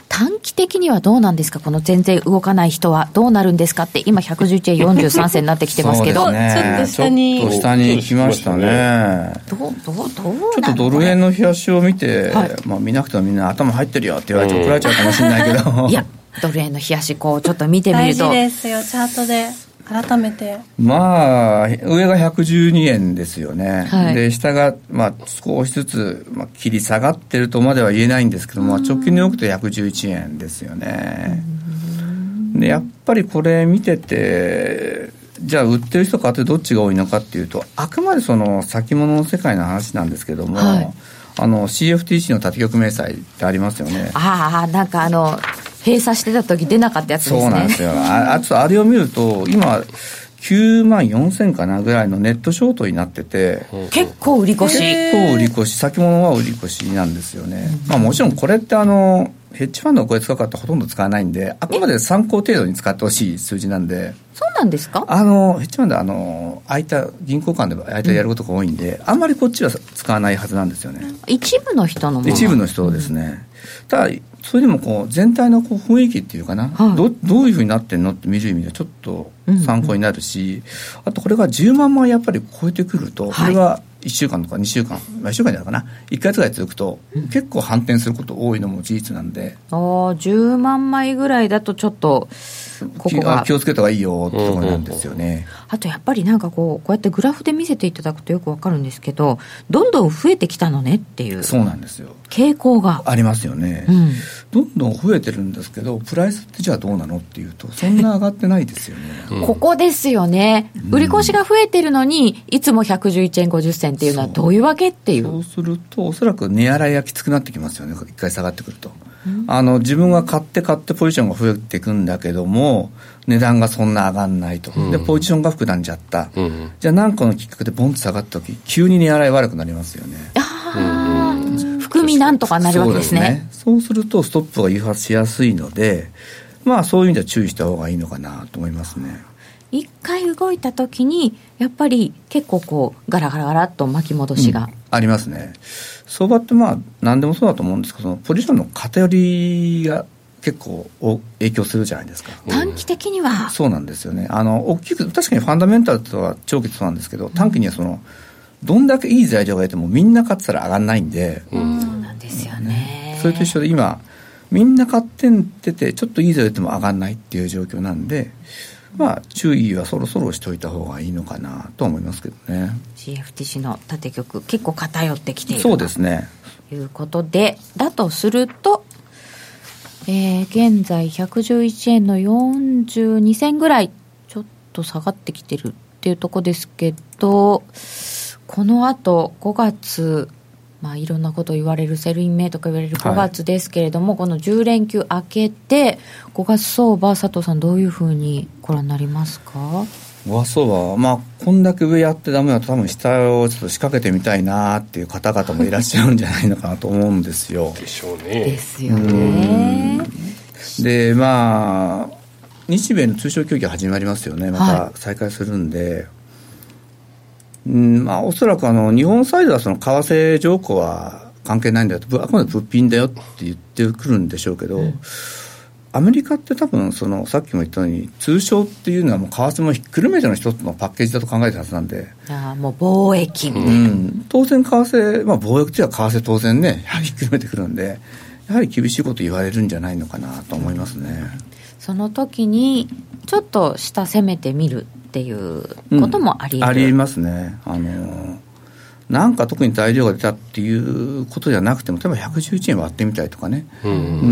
[SPEAKER 1] 短期的にはどうなんですか、この全然動かない人はどうなるんですかって、今ひゃくじゅういちえんよんじゅうさんせんになってきてますけど、
[SPEAKER 3] そうですね、
[SPEAKER 2] ちょっと下に
[SPEAKER 3] ちょっと下に来ましたね。
[SPEAKER 1] どうどうどうなの。
[SPEAKER 3] ちょっとドル円の冷やしを見て、
[SPEAKER 1] はい、
[SPEAKER 3] まあ、見なくてもみんな頭入ってるよって言われて怒られちゃうかもしれないけど、
[SPEAKER 1] いやドル円の冷やしこうちょっと見てみ
[SPEAKER 2] 大
[SPEAKER 1] ると
[SPEAKER 2] 事ですよ、チャートで改めて。
[SPEAKER 3] まあ上がひゃくじゅうにえんですよね、
[SPEAKER 1] はい、
[SPEAKER 3] で下がまあ少しずつ、まあ、切り下がってるとまでは言えないんですけども、まあ、直近のよくてひゃくじゅういちえんですよね。でやっぱりこれ見てて、じゃあ売ってる人買ってどっちが多いのかっていうと、あくまでその先物の世界の話なんですけども、はい、あの シーエフティーシー の縦玉明細ってありますよね。
[SPEAKER 1] ああ、なんかあの閉鎖してた時出なかったやつですね。
[SPEAKER 3] そうなんですよ。あ, あとあれを見ると今きゅうまんよんせんかなぐらいのネットショートになってて、
[SPEAKER 1] 結構売り越し
[SPEAKER 3] 結構売り越し、先物は売り越しなんですよね、うん、まあもちろんこれってあのヘッジファンドをこれ使うかってほとんど使わないんで、あくまで参考程度に使ってほしい数字なんで。
[SPEAKER 1] そうなんですか。
[SPEAKER 3] あのヘッジファンドはあの空いた銀行間で空いたやることが多いんで、うん、あんまりこっちは使わないはずなんですよね。
[SPEAKER 1] 一部の人のもの。
[SPEAKER 3] 一部の人ですね、うん、ただそれでもこう全体のこう雰囲気っていうかな、はい、ど, どういうふうになってんのって見る意味ではちょっと参考になるし、うんうん、あとこれがじゅうまんまいやっぱり超えてくると、これはいっしゅうかんとかにしゅうかん、まあ、いっしゅうかんじゃないかな、いっかげつぐらい続くと結構反転すること多いのも事実なんで、
[SPEAKER 1] あじゅうまんまいぐらいだとちょっとここが
[SPEAKER 3] 気をつけた方がいいよってところなんですよね、うんうんうん、
[SPEAKER 1] あとやっぱりなんかこうこうやってグラフで見せていただくとよくわかるんですけど、どんどん増えてきたのねっていう、
[SPEAKER 3] そうなんですよ、
[SPEAKER 1] 傾向が
[SPEAKER 3] ありますよね、うん、どんどん増えてるんですけど、プライスってじゃあどうなのっていうとそんな上がってないですよね、
[SPEAKER 1] うん、ここですよね、売り越しが増えてるのにいつもひゃくじゅういちえんごじゅっせんっていうのはどういうわけっていう。
[SPEAKER 3] そうするとおそらく値洗いがきつくなってきますよね、一回下がってくると、うん、あの自分が買って買ってポジションが増えていくんだけども値段がそんな上がんないと、うん、でポジションが膨らんじゃった、うん、じゃあ何個のきっかけでボンと下がった時急に値洗い悪くなりますよね。
[SPEAKER 1] あ、うん、含みなんとかなるわけですね。
[SPEAKER 3] そうですね。そうするとストップが誘発しやすいので、まあそういう意味では注意した方がいいのかなと思いますね。
[SPEAKER 1] 一回動いた時にやっぱり結構こうガラガラガラっと巻き戻しが、うん、あ
[SPEAKER 3] りますね。相場ってまあ何でもそうだと思うんですけど、そのポジションの偏りが結構影響するじゃないですか。
[SPEAKER 1] 短期的には
[SPEAKER 3] そうなんですよね。あの大きく確かにファンダメンタルとは長期そうなんですけど、短期にはそのどんだけいい材料が出てもみんな買ってたら上がんないんで、
[SPEAKER 1] うん、そうなんですよね。
[SPEAKER 3] それと一緒で今みんな買ってっててちょっといい材料出ても上がんないっていう状況なんで、まあ注意はそろそろしておいた方がいいのかなと思いますけどね。
[SPEAKER 1] シーエフティーシー の縦玉結構偏ってきている
[SPEAKER 3] そうですね
[SPEAKER 1] ということで、だとすると、えー、現在ひゃくじゅういちえんのよんじゅうにせんぐらいちょっと下がってきてるっていうとこですけど、このあとごがつ、まあ、いろんなこと言われるセルインメイとか言われるごがつですけれども、はい、このじゅう連休明けてごがつ相場、佐藤さんどういうふうにご覧になりますか。
[SPEAKER 3] ごがつ相場は、まあ、こんだけ上やってダメだと多分下をちょっと仕掛けてみたいなっていう方々もいらっしゃるんじゃないのかなと思うんですよ。
[SPEAKER 4] でしょうね。
[SPEAKER 1] ですよね。
[SPEAKER 3] でまあ日米の通商協議が始まりますよね。また再開するんで、はい、うんまあ、おそらくあの日本サイドはその為替条項は関係ないんだよと、あくまで物品だよって言ってくるんでしょうけど、うん、アメリカって多分そのさっきも言ったように通商っていうのはもう為替もひっくるめての一つのパッケージだと考えてるはずなんで、
[SPEAKER 1] あもう貿易みたいな、
[SPEAKER 3] うん、当然為替、まあ、貿易というのは為替当然ねひっくるめてくるんで、やはり厳しいこと言われるんじゃないのかなと思いますね。
[SPEAKER 1] その時にちょっと下攻めてみるっていうこともあり得る、うん、
[SPEAKER 3] ありますね。あのなんか特に材料が出たっていうことじゃなくても、例えばひゃくじゅういちえん割ってみたいとかね、うん、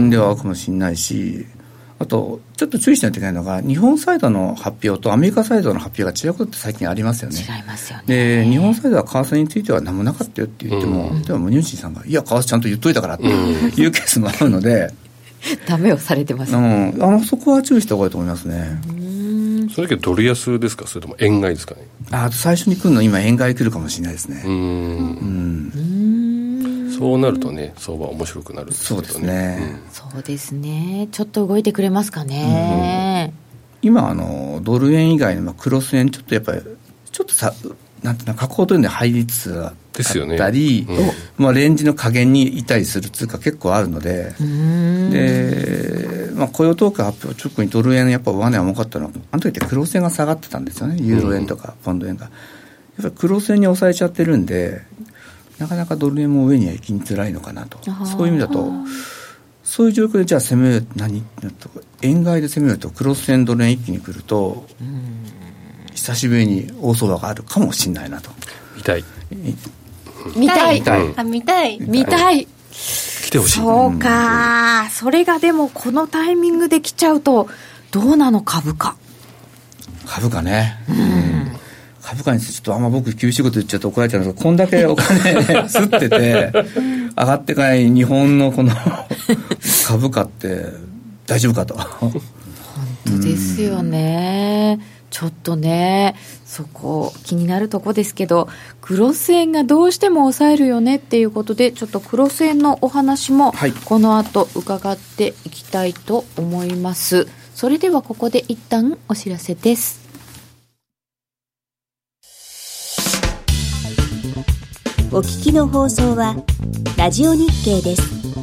[SPEAKER 3] では合うかもしれないし、あとちょっと注意しないといけないのが、日本サイドの発表とアメリカサイドの発表が違うことって最近ありますよね。
[SPEAKER 1] 違いますよね。
[SPEAKER 3] で日本サイドは為替については何もなかったよって言っても、うん、でもムニューシンさんがいや為替ちゃんと言っといたからっていうケースもあるので
[SPEAKER 1] ダメをされてます、
[SPEAKER 3] ね、うん、あのそこは注意した方がいいと思いますね。
[SPEAKER 4] うん、それだけドル安ですか、それとも円買いですかね。
[SPEAKER 3] あ最初に来るの今円買い来るかもしれないですね。うん、
[SPEAKER 4] うん、そうなるとね相場面白くなるんですけどね。
[SPEAKER 3] そうですね、
[SPEAKER 1] うん、そうですね。ちょっと動いてくれますかね、
[SPEAKER 3] うん、今あのドル円以外のクロス円ちょっとやっぱりちょっとさなんていうの下降というので入りつつあっあったり、ねうん、まあ、レンジの加減にいたりする通貨結構あるので、で、まあ、雇用統計発表直後にドル円やっぱ上値は重かったのは、あの時って黒線が下がってたんですよね、ユーロ円とかポンド円が。やっぱり黒線に抑えちゃってるんで、なかなかドル円も上には行きにづらいのかなと。そういう意味だと、そういう状況でじゃあ攻める、何円買いで攻めるとクロス円ドル円一気に来ると、久しぶりに大相場があるかもしれないなと。
[SPEAKER 4] 見たい
[SPEAKER 1] 見たい
[SPEAKER 2] 見たいあ見たい
[SPEAKER 1] 見たい
[SPEAKER 4] 来てほしい。
[SPEAKER 1] そうか、それがでもこのタイミングで来ちゃうとどうなの株価
[SPEAKER 3] 株価ね、うん、株価にちょっとあんま僕厳しいこと言っちゃうと怒られちゃうんですけど、こんだけお金吸ってて上がってかない日本のこの株価って大丈夫かと。
[SPEAKER 1] 本当ですよね、うん、ちょっとねそこ気になるとこですけど、クロス円がどうしても抑えるよねっていうことで、ちょっとクロス円のお話もこの後伺っていきたいと思います、はい、それではここで一旦お知らせです。
[SPEAKER 5] お聞きの放送はラジオ日経です。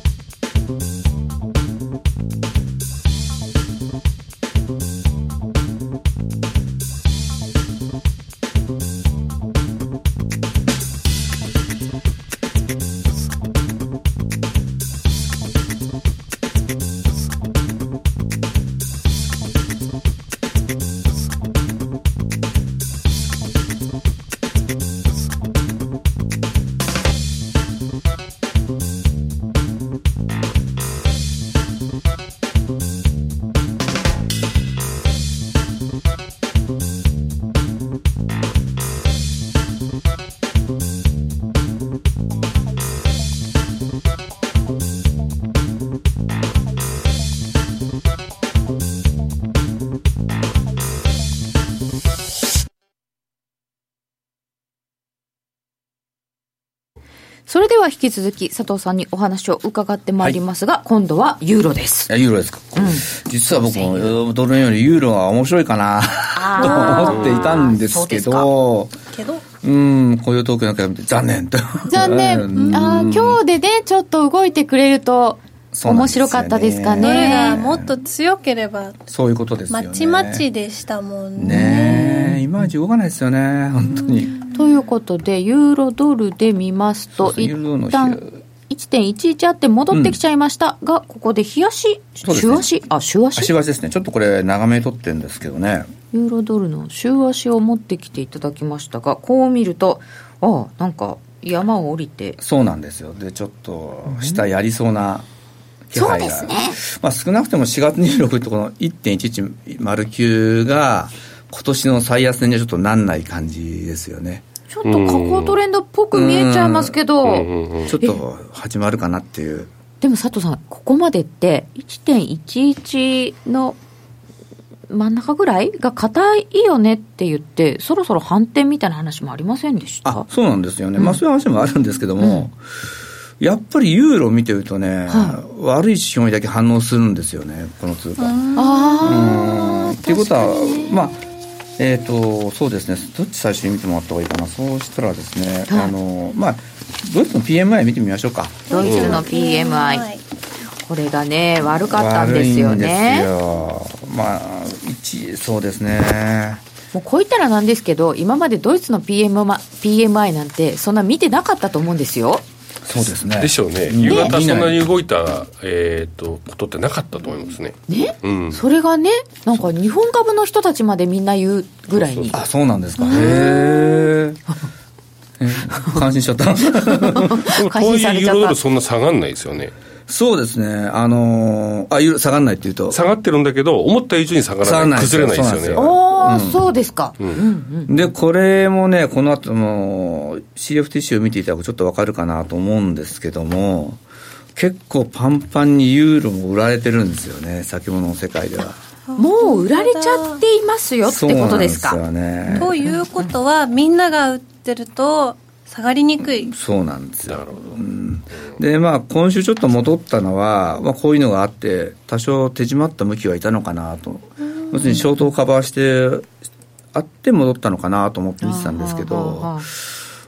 [SPEAKER 1] それでは引き続き佐藤さんにお話を伺ってまいりますが、はい、今度はユーロです。
[SPEAKER 3] ユーロですか、うん、実は僕もドル円よりユーロが面白いかなと思っていたんですけど、
[SPEAKER 2] けど
[SPEAKER 3] うん雇用統計なんか見て残念と
[SPEAKER 1] 残念あ今日でねちょっと動いてくれると面白かったですかね。
[SPEAKER 2] ドルがもっと強ければ
[SPEAKER 3] そういうことですよね。
[SPEAKER 2] まちまちでしたもんね。
[SPEAKER 3] ねえいまいち動かないですよね本当に。
[SPEAKER 1] ということでユーロドルで見ますと一旦 いってんいちいち あって戻ってきちゃいました、うん、がここで日足週足あ週足
[SPEAKER 3] 週足ですね。ちょっとこれ長めに取ってるんですけどね。
[SPEAKER 1] ユーロドルの週足を持ってきていただきましたが、こう見るとああなんか山を降りて
[SPEAKER 3] そうなんですよ。でちょっと下やりそうな気配が、そうですね、まあ、少なくともしがつにじゅうろくってこの いってんいちいちまるきゅう が今年の最安値にはちょっとなんない感じですよね。
[SPEAKER 1] ちょっと下降トレンドっぽく見えちゃいますけど、
[SPEAKER 3] ちょっと始まるかなっていう。
[SPEAKER 1] でも佐藤さんここまでって いってんいちいち の真ん中ぐらいが硬いよねって言ってそろそろ反転みたいな話もありませんでした？
[SPEAKER 3] あそうなんですよね、うん、まあそういう話もあるんですけども、うん、やっぱりユーロを見てるとね、はい、悪い指標にだけ反応するんですよねこの通貨。ああっていうことはまあえーとそうですね、どっち最初に見てもらった方がいいかな。そうしたらですね、はい、あのまあ、ドイツの ピーエムアイ 見てみましょうか。
[SPEAKER 1] ドイツの ピーエムアイ、うん、これがね悪かったんですよね。
[SPEAKER 3] 悪いんですよ。まあいちそうですね。
[SPEAKER 1] もうこう言ったらなんですけど今までドイツの ピーエムアイ なんてそんな見てなかったと思うんですよ。
[SPEAKER 3] そうですね。
[SPEAKER 4] でしょうね。夕方そんなに動いた、えー、とことってなかったと思いますね。
[SPEAKER 1] ね、うん、それがねなんか日本株の人たちまでみんな言うぐらいに。
[SPEAKER 3] そうそうそう。あそうなんですか。へえ感心しちゃった
[SPEAKER 4] こういうユーロドルそんな下がんないですよね。
[SPEAKER 3] そうですね。あのー、あユーロ下がんないっていうと
[SPEAKER 4] 下がってるんだけど思った以上に下がらない崩れないですよね。
[SPEAKER 1] ああ、うん、そうですか、うんうん
[SPEAKER 3] うん、でこれもねこの後も シーエフティーシー を見ていただくとちょっとわかるかなと思うんですけども結構パンパンにユーロも売られてるんですよね先物の世界では。
[SPEAKER 1] もう売られちゃっていますよってことですか。
[SPEAKER 3] そうなんですよね。
[SPEAKER 2] ということはみんなが売ってると下がりにくい。
[SPEAKER 3] そうなんですよ。なるほど、うん、でまあ今週ちょっと戻ったのは、まあ、こういうのがあって多少手締まった向きはいたのかなと、要するにショートをカバーしてあって戻ったのかなと思って見てたんですけど、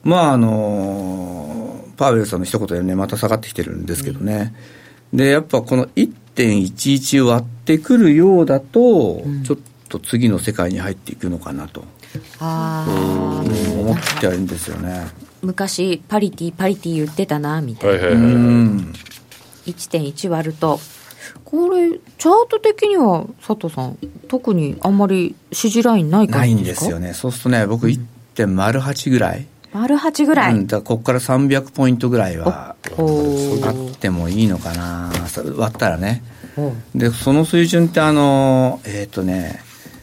[SPEAKER 3] まああのパウエルさんの一言でねまた下がってきてるんですけどね、うん、でやっぱこの いってんいちいち 割ってくるようだと、うん、ちょっと次の世界に入っていくのかなと
[SPEAKER 1] あ、
[SPEAKER 3] うん、思ってはいるんですよね。
[SPEAKER 1] 昔パリティパリティ言ってたなみたいな、はいはいはい、うん、いってんいち 割るとこれチャート的には佐藤さん特にあんまり支持ラインない感じですか？
[SPEAKER 3] ないんですよね。そうするとね僕 いってんまるはち ぐらい、
[SPEAKER 1] 丸はちぐらい、
[SPEAKER 3] うん、だからここからさんびゃくポイントぐらいはあってもいいのかな割ったらね。でその水準ってあのえっ、ー、とね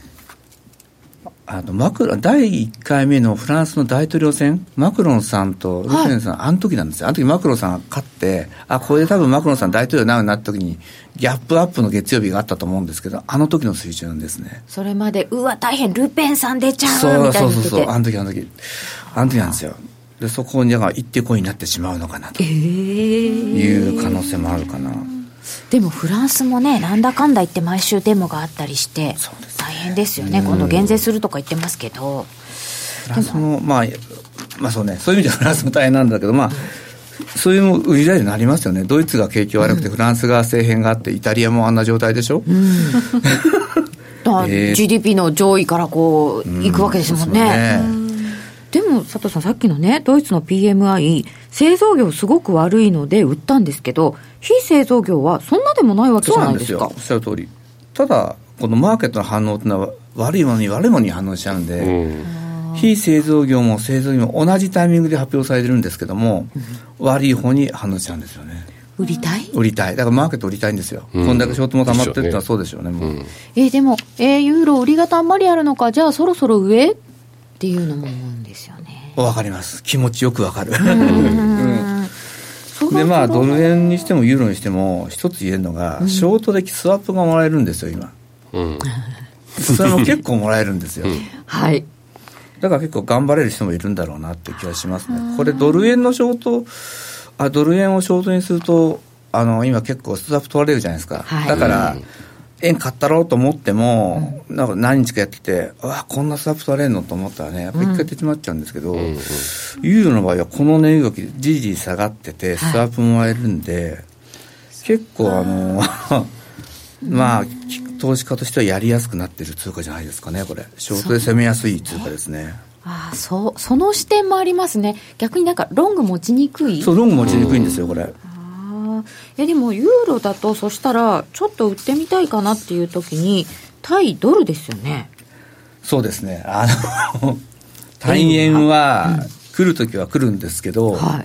[SPEAKER 3] あのマクロンだいいっかいめのフランスの大統領選マクロンさんとルペンさん、はい、あの時なんですよ。あの時マクロンさんが勝ってあこれで多分マクロンさん大統領になるなった時にギャップアップの月曜日があったと思うんですけどあの時の水準ですね。
[SPEAKER 1] それまでうわ大変ルペンさん出ちゃうみたいに言ってて
[SPEAKER 3] そうそうそうあの時あの時あの時なんですよ。でそこにだから行ってこいになってしまうのかなという可能性もあるかな、えー
[SPEAKER 1] でもフランスもねなんだかんだ言って毎週デモがあったりして大変ですよね。今度減税するとか言ってますけど
[SPEAKER 3] フランスもまあまあそうねそういう意味ではフランスも大変なんだけどまあそういうの売り材になりますよね。ドイツが景気悪くて、うん、フランスが政変があってイタリアもあんな状態でしょ、うん
[SPEAKER 1] えー、ジーディーピー の上位からこう行くわけですもんね、うん、でも佐藤さんさっきのねドイツの ピーエムアイ 製造業すごく悪いので売ったんですけど非製造業はそんなでもないわけじゃないですか。
[SPEAKER 3] そうなんですよおっしゃる通り。ただこのマーケットの反応ってのは悪いものに悪いものに反応しちゃうんで、うん、非製造業も製造業も同じタイミングで発表されてるんですけども、うん、悪い方に反応しちゃうんですよね。
[SPEAKER 1] 売りたい
[SPEAKER 3] 売りたいだからマーケット売りたいんですよ、うん、こんだけショートも溜まってるってのはそうでしょうね、もう、うん、
[SPEAKER 1] えー、でも、えー、ユーロ売りがたんまりあるのかじゃあそろそろ上っていうのも思うんですよね。
[SPEAKER 3] わかります気持ちよくわかるうんでまあドル円にしてもユーロにしても一つ言えるのが、うん、ショートでスワップがもらえるんですよ今、うん、それも結構もらえるんですよ、うん、
[SPEAKER 1] はい
[SPEAKER 3] だから結構頑張れる人もいるんだろうなって気がしますね。これドル円のショートあドル円をショートにするとあの今結構スワップ取られるじゃないですか、はい、だから円買ったろうと思っても、うん、なんか何日かやっててうわこんなスワップ取られるのと思ったらねやっぱり一回手詰まっちゃうんですけど、うん、ユーロの場合はこの値動きでじりじり下がっててスワップもらえるんで、はい、結構あのまあ投資家としてはやりやすくなってる通貨じゃないですかね。これショートで攻めやすい通貨ですね。
[SPEAKER 1] ああそうその視点もありますね。逆になんかロング持ちにくい
[SPEAKER 3] そうロング持ちにくいんですよこれ。
[SPEAKER 1] えでもユーロだとそしたらちょっと売ってみたいかなっていう時に対ドルですよね。
[SPEAKER 3] そうですねあの対円は来る時は来るんですけど、はい、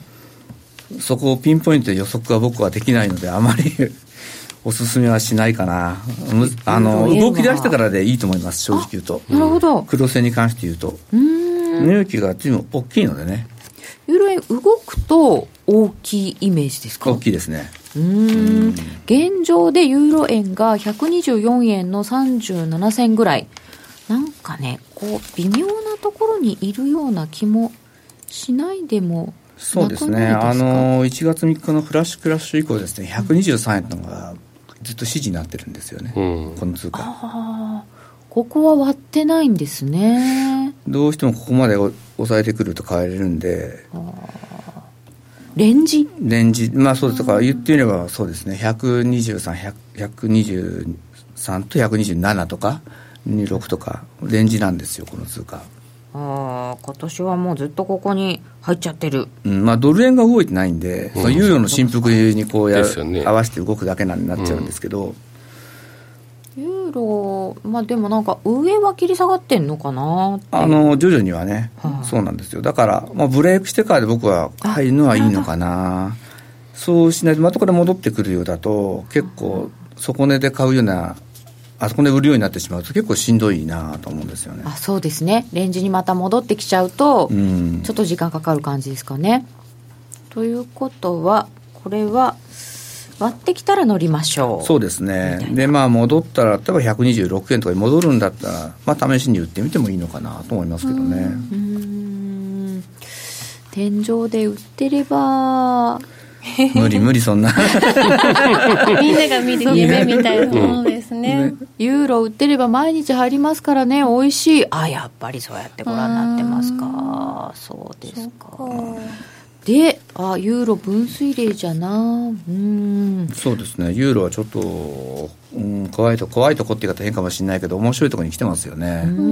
[SPEAKER 3] そこをピンポイントで予測は僕はできないのであまりおすすめはしないかな。あの動き出してからでいいと思います正直言うと。
[SPEAKER 1] なるほど。
[SPEAKER 3] 黒線に関して言うとうーん値動きが随分大きいのでね。
[SPEAKER 1] ユーロ円動くと大きいイメージですか？
[SPEAKER 3] 大きいですね。
[SPEAKER 1] うーん現状でユーロ円がひゃくにじゅうよんえんのさんじゅうななせんぐらいなんかねこう微妙なところにいるような気もしないでも
[SPEAKER 3] そうですね。あのいちがつみっかのフラッシュクラッシュ以降ですねひゃくにじゅうさんえんのがずっと支持になってるんですよね、うん、この通貨。
[SPEAKER 1] あここは割ってないんですね。
[SPEAKER 3] どうしてもここまで抑えてくると買えれるんであ
[SPEAKER 1] レンジ
[SPEAKER 3] レンジまあそうですとか言ってみればそうですねひゃくにじゅうさん、ひゃくにじゅうさんとひゃくにじゅうななとかにじゅうろくとかレンジなんですよこの通貨。
[SPEAKER 1] あ今年はもうずっとここに入っちゃってる、
[SPEAKER 3] うんまあ、ドル円が動いてないんで、うん、そのユーロの振幅にこうや、ね、合わせて動くだけになっちゃうんですけど、
[SPEAKER 1] うん、ユーロまあでもなんか上は切り下がってんのかなって
[SPEAKER 3] あの徐々にはね、はあ、そうなんですよ。だから、まあ、ブレイクしてからで僕は入るのはいいのかな。そうしないとまたこれ戻ってくるようだと結構底値で買うようなあそこで売るようになってしまうと結構しんどいなと思うんですよね。
[SPEAKER 1] あそうですねレンジにまた戻ってきちゃうと、うん、ちょっと時間かかる感じですかね。ということはこれは割ってきたら乗りましょう。
[SPEAKER 3] そうですね。でまあ戻ったら例えばひゃくにじゅうろくえんとかに戻るんだったら、まあ、試しに売ってみてもいいのかなと思いますけどね。うーん
[SPEAKER 1] 天井で売ってれば
[SPEAKER 3] 無理無理そんな
[SPEAKER 2] みんなが見る夢みたいなものですね。
[SPEAKER 1] ユーロ売ってれば毎日入りますからね美味しい。あやっぱりそうやってご覧になってますか。 そうですか。で、あ、ユーロ分水嶺じゃな。うん。
[SPEAKER 3] そうですね。ユーロはちょっと、うん、怖いと怖いとこって言い方変かもしれないけど面白いところに来てますよね。
[SPEAKER 1] うん。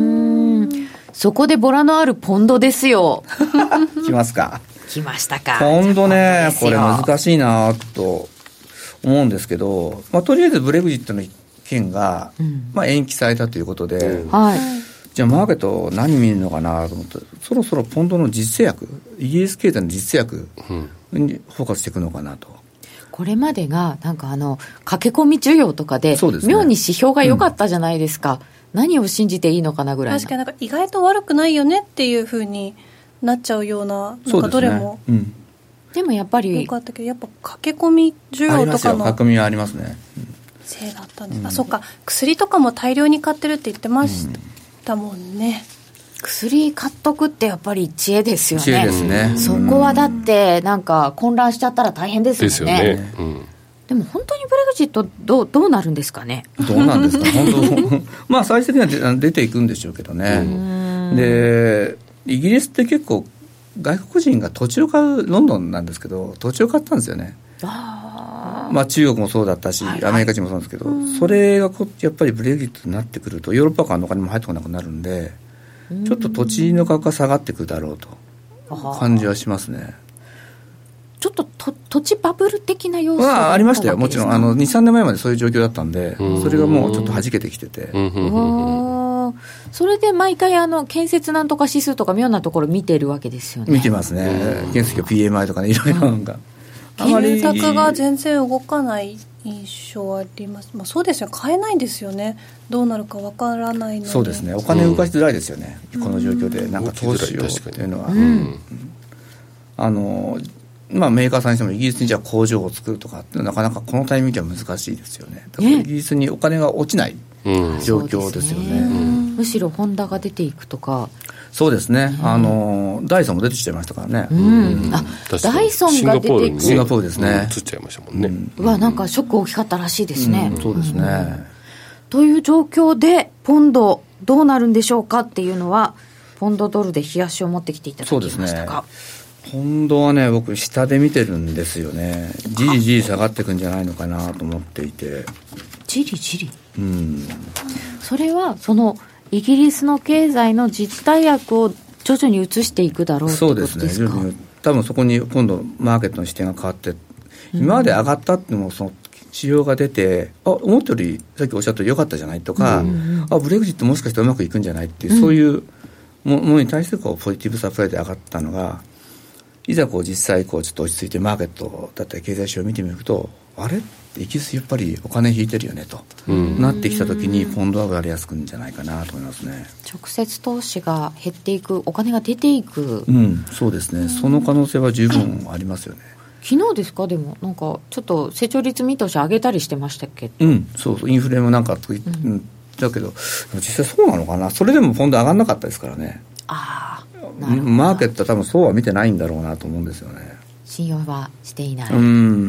[SPEAKER 1] そこでボラのあるポンドですよ。
[SPEAKER 3] 来ますか。
[SPEAKER 1] 来ましたか。
[SPEAKER 3] ポンドね、これ難しいなと思うんですけど、まあ、とりあえずブレグジットの件が、うん、まあ、延期されたということで、うん、はい。じゃあマーケット何見るのかなと思って、そろそろポンドの実勢役、イギリス経済の実勢役にフォーカスしていくのかなと。
[SPEAKER 1] これまでがなんかあの駆け込み需要とかで、そうですね、妙に指標が良かったじゃないですか、うん、何を信じていいのかなぐらい。
[SPEAKER 2] 確かになんか意外と悪くないよねっていう風になっちゃうような、なんかどれも、
[SPEAKER 1] うん、でもやっぱり
[SPEAKER 2] 良かったけど、やっぱ駆け込み需要とかの
[SPEAKER 3] 駆け込みはありますね、
[SPEAKER 2] うん、せいだったんです、うん、あ、そっか、薬とかも大量に買ってるって言ってましたもんね、
[SPEAKER 1] うん、薬買っとくってやっぱり知恵ですよね。
[SPEAKER 3] 知恵ですね。
[SPEAKER 1] そこはだってなんか混乱しちゃったら大変ですよね。ですよね、うん、でも本当にブレグジットどう、どうなるんですかね。
[SPEAKER 3] どうなんですか本当まあ最終的には出ていくんでしょうけどね。でイギリスって結構外国人が土地を買う、ロンドンなんですけど土地を買ったんですよね。あ、まあ、中国もそうだったし、はいはい、アメリカ人もそうなんですけど、それがやっぱりブレグジットになってくるとヨーロッパからのお金も入ってこなくなるんで、ちょっと土地の価格が下がってくるだろうと感じはしますね。
[SPEAKER 1] ちょっと、と土地バブル的な要素
[SPEAKER 3] が あ, ありましたよ。もちろんあの に,さん 年前までそういう状況だったんで、それがもうちょっと弾けてきてて、
[SPEAKER 1] あ、それで毎回あの建設なんとか指数とか妙なところ見てるわけですよね。
[SPEAKER 3] 見てますね。建設業 ピーエムアイ とかね、いろいろなんか
[SPEAKER 2] 建託が全然動かない印象あります、まあ、そうですよ、買えないんですよね。どうなるかわからないので。
[SPEAKER 3] そうですね、お金動かしづらいですよね、うん、この状況でなんか投資をっていうのは、うん、あのまあ、メーカーさんにしてもイギリスにじゃあ工場を作るとかってなかなかこのタイミングでは難しいですよね。だからイギリスにお金が落ちない状況ですよね、うん、
[SPEAKER 1] むしろホンダが出ていくとか。
[SPEAKER 3] そうですね、あのダイソンも出てきちゃいましたからね、
[SPEAKER 1] うんうん、あ、ダイソンが出ていく、
[SPEAKER 3] シンガポールですね、
[SPEAKER 4] 映っちゃいましたもんね、
[SPEAKER 1] うん、うわ、なんかショック大きかったらしいですね、
[SPEAKER 3] うん、そうですね、うん、
[SPEAKER 1] という状況でポンドどうなるんでしょうかっていうのは、ポンドドルで冷やしを持ってきていただきましたか。
[SPEAKER 3] ポンドはね、僕下で見てるんですよね。じりじり下がっていくんじゃないのかなと思っていて。
[SPEAKER 1] じりじり、
[SPEAKER 3] うん、
[SPEAKER 1] それはそのイギリスの経済の実体役を徐々に移していくだろうということですか。そうですね、徐々に
[SPEAKER 3] 多分そこに今度マーケットの視点が変わって、今まで上がったっていうのもその指標が出て、あ、思ったよりさっきおっしゃったより良かったじゃないとか、うんうん、あ、ブレグジットもしかしてうまくいくんじゃないっていう、うん、そういうものに対してこうポジティブサプライで上がったのが、いざこう実際こうちょっと落ち着いてマーケットだったり経済指標を見てみると、あれイギリスやっぱりお金引いてるよねと、うん、なってきたときにポンドは上がりやすくんじゃないかなと思いますね。
[SPEAKER 1] 直接投資が減っていく、お金が出ていく、
[SPEAKER 3] うん、そうですね、その可能性は十分ありますよね。
[SPEAKER 1] 昨日ですか。でもなんかちょっと成長率見通し上げたりしてましたっけ。
[SPEAKER 3] うん、そうそう、インフレもなんかつい、うん、だけど実際そうなのかな。それでもポンド上がんなかったですからね。
[SPEAKER 1] ああ、
[SPEAKER 3] マーケットは多分そうは見てないんだろうなと思うんですよね。
[SPEAKER 1] 信用はしていない。
[SPEAKER 3] うん、うん、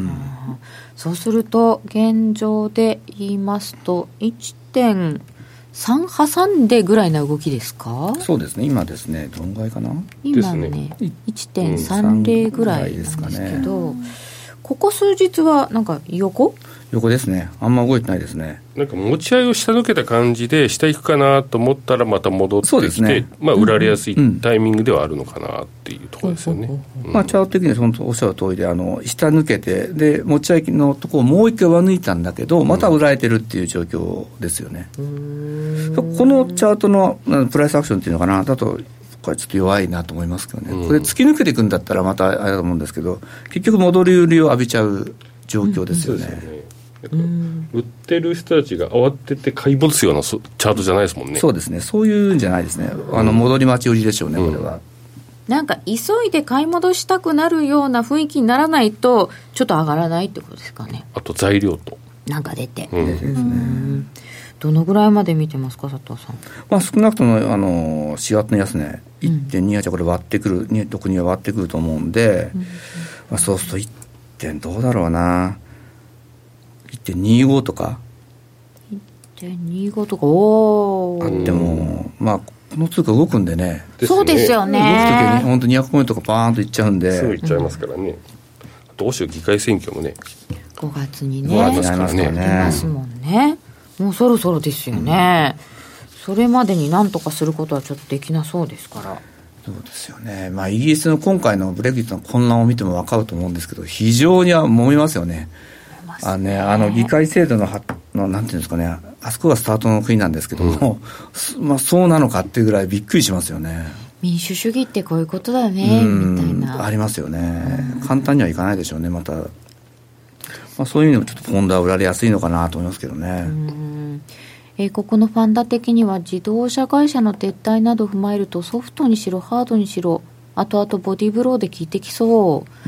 [SPEAKER 1] そうすると現状で言いますと いってんさん 挟んでぐらいな動きですか。
[SPEAKER 3] そうですね、今ですね、どんぐらいかな。
[SPEAKER 1] 今ね、ね いってんさんぜろ ぐらいなんですけど、ね、ここ数日はなんか横
[SPEAKER 3] 横ですね。あんま動いてないですね。
[SPEAKER 4] なんか持ち合いを下抜けた感じで下行くかなと思ったらまた戻ってきて、ね、まあ、売られやすいタイミングではあるのかなっていうところですよね、うんうん、
[SPEAKER 3] まあ、チャート的には本当おっしゃる通りで、あの下抜けてで持ち合いのところをもう一回上抜いたんだけどまた売られてるっていう状況ですよね、うん、このチャートのプライスアクションっていうのかなだとこれちょっと弱いなと思いますけどね、うん、これ突き抜けていくんだったらまたあれだと思うんですけど、結局戻り売りを浴びちゃう状況ですよね、
[SPEAKER 4] うん、売ってる人たちが慌てて買い戻すようなチャートじゃないですもんね。
[SPEAKER 3] そうですね、そういうんじゃないですね。あの戻り待ち売りでしょうね、うん、これは。
[SPEAKER 1] なんか急いで買い戻したくなるような雰囲気にならないとちょっと上がらないってことですかね。
[SPEAKER 4] あと材料と
[SPEAKER 1] なんか出て、
[SPEAKER 3] うん、出てですね。
[SPEAKER 1] どのぐらいまで見てますか佐藤さん。
[SPEAKER 3] まあ、少なくともあのしがつの安値 いってんにはち はこれ割ってくる、にろくには割ってくると思うんで、うん、まあ、そうするといってんどうだろうな、いってんにじゅうご とか
[SPEAKER 1] いってんにじゅうご とかお
[SPEAKER 3] あっても、まあ、 この通貨動くんでね。
[SPEAKER 1] ですねそうですよね。
[SPEAKER 3] 動くときに本当ににひゃくポイントとかバーンといっちゃうんで。
[SPEAKER 4] すぐいっちゃいますからね。うん、あと欧州議会選挙もね。
[SPEAKER 1] ごがつにね。
[SPEAKER 3] ごがつにありますからね。
[SPEAKER 1] ありますもんね。もうそろそろですよね。うん、それまでに何とかすることはちょっとできなそうですから。
[SPEAKER 3] そうですよね。まあイギリスの今回のブレグジットの混乱を見ても分かると思うんですけど、非常には揉めますよね。あのね、あの議会制度のはのなんていうんですかね、あそこがスタートの国なんですけども、うん、まあそうなのかっていうぐらいびっくりしますよね。
[SPEAKER 1] 民主主義ってこういうことだねみたいな
[SPEAKER 3] ありますよね。簡単にはいかないでしょうね。また、まあ、そういう意味でもちょっとポンドは売られやすいのかなと思いますけどね。
[SPEAKER 1] うんえー、ここのファンダ的には自動車会社の撤退などを踏まえるとソフトにしろハードにしろ後々ボディーブローで効いてきそう。
[SPEAKER 3] うん、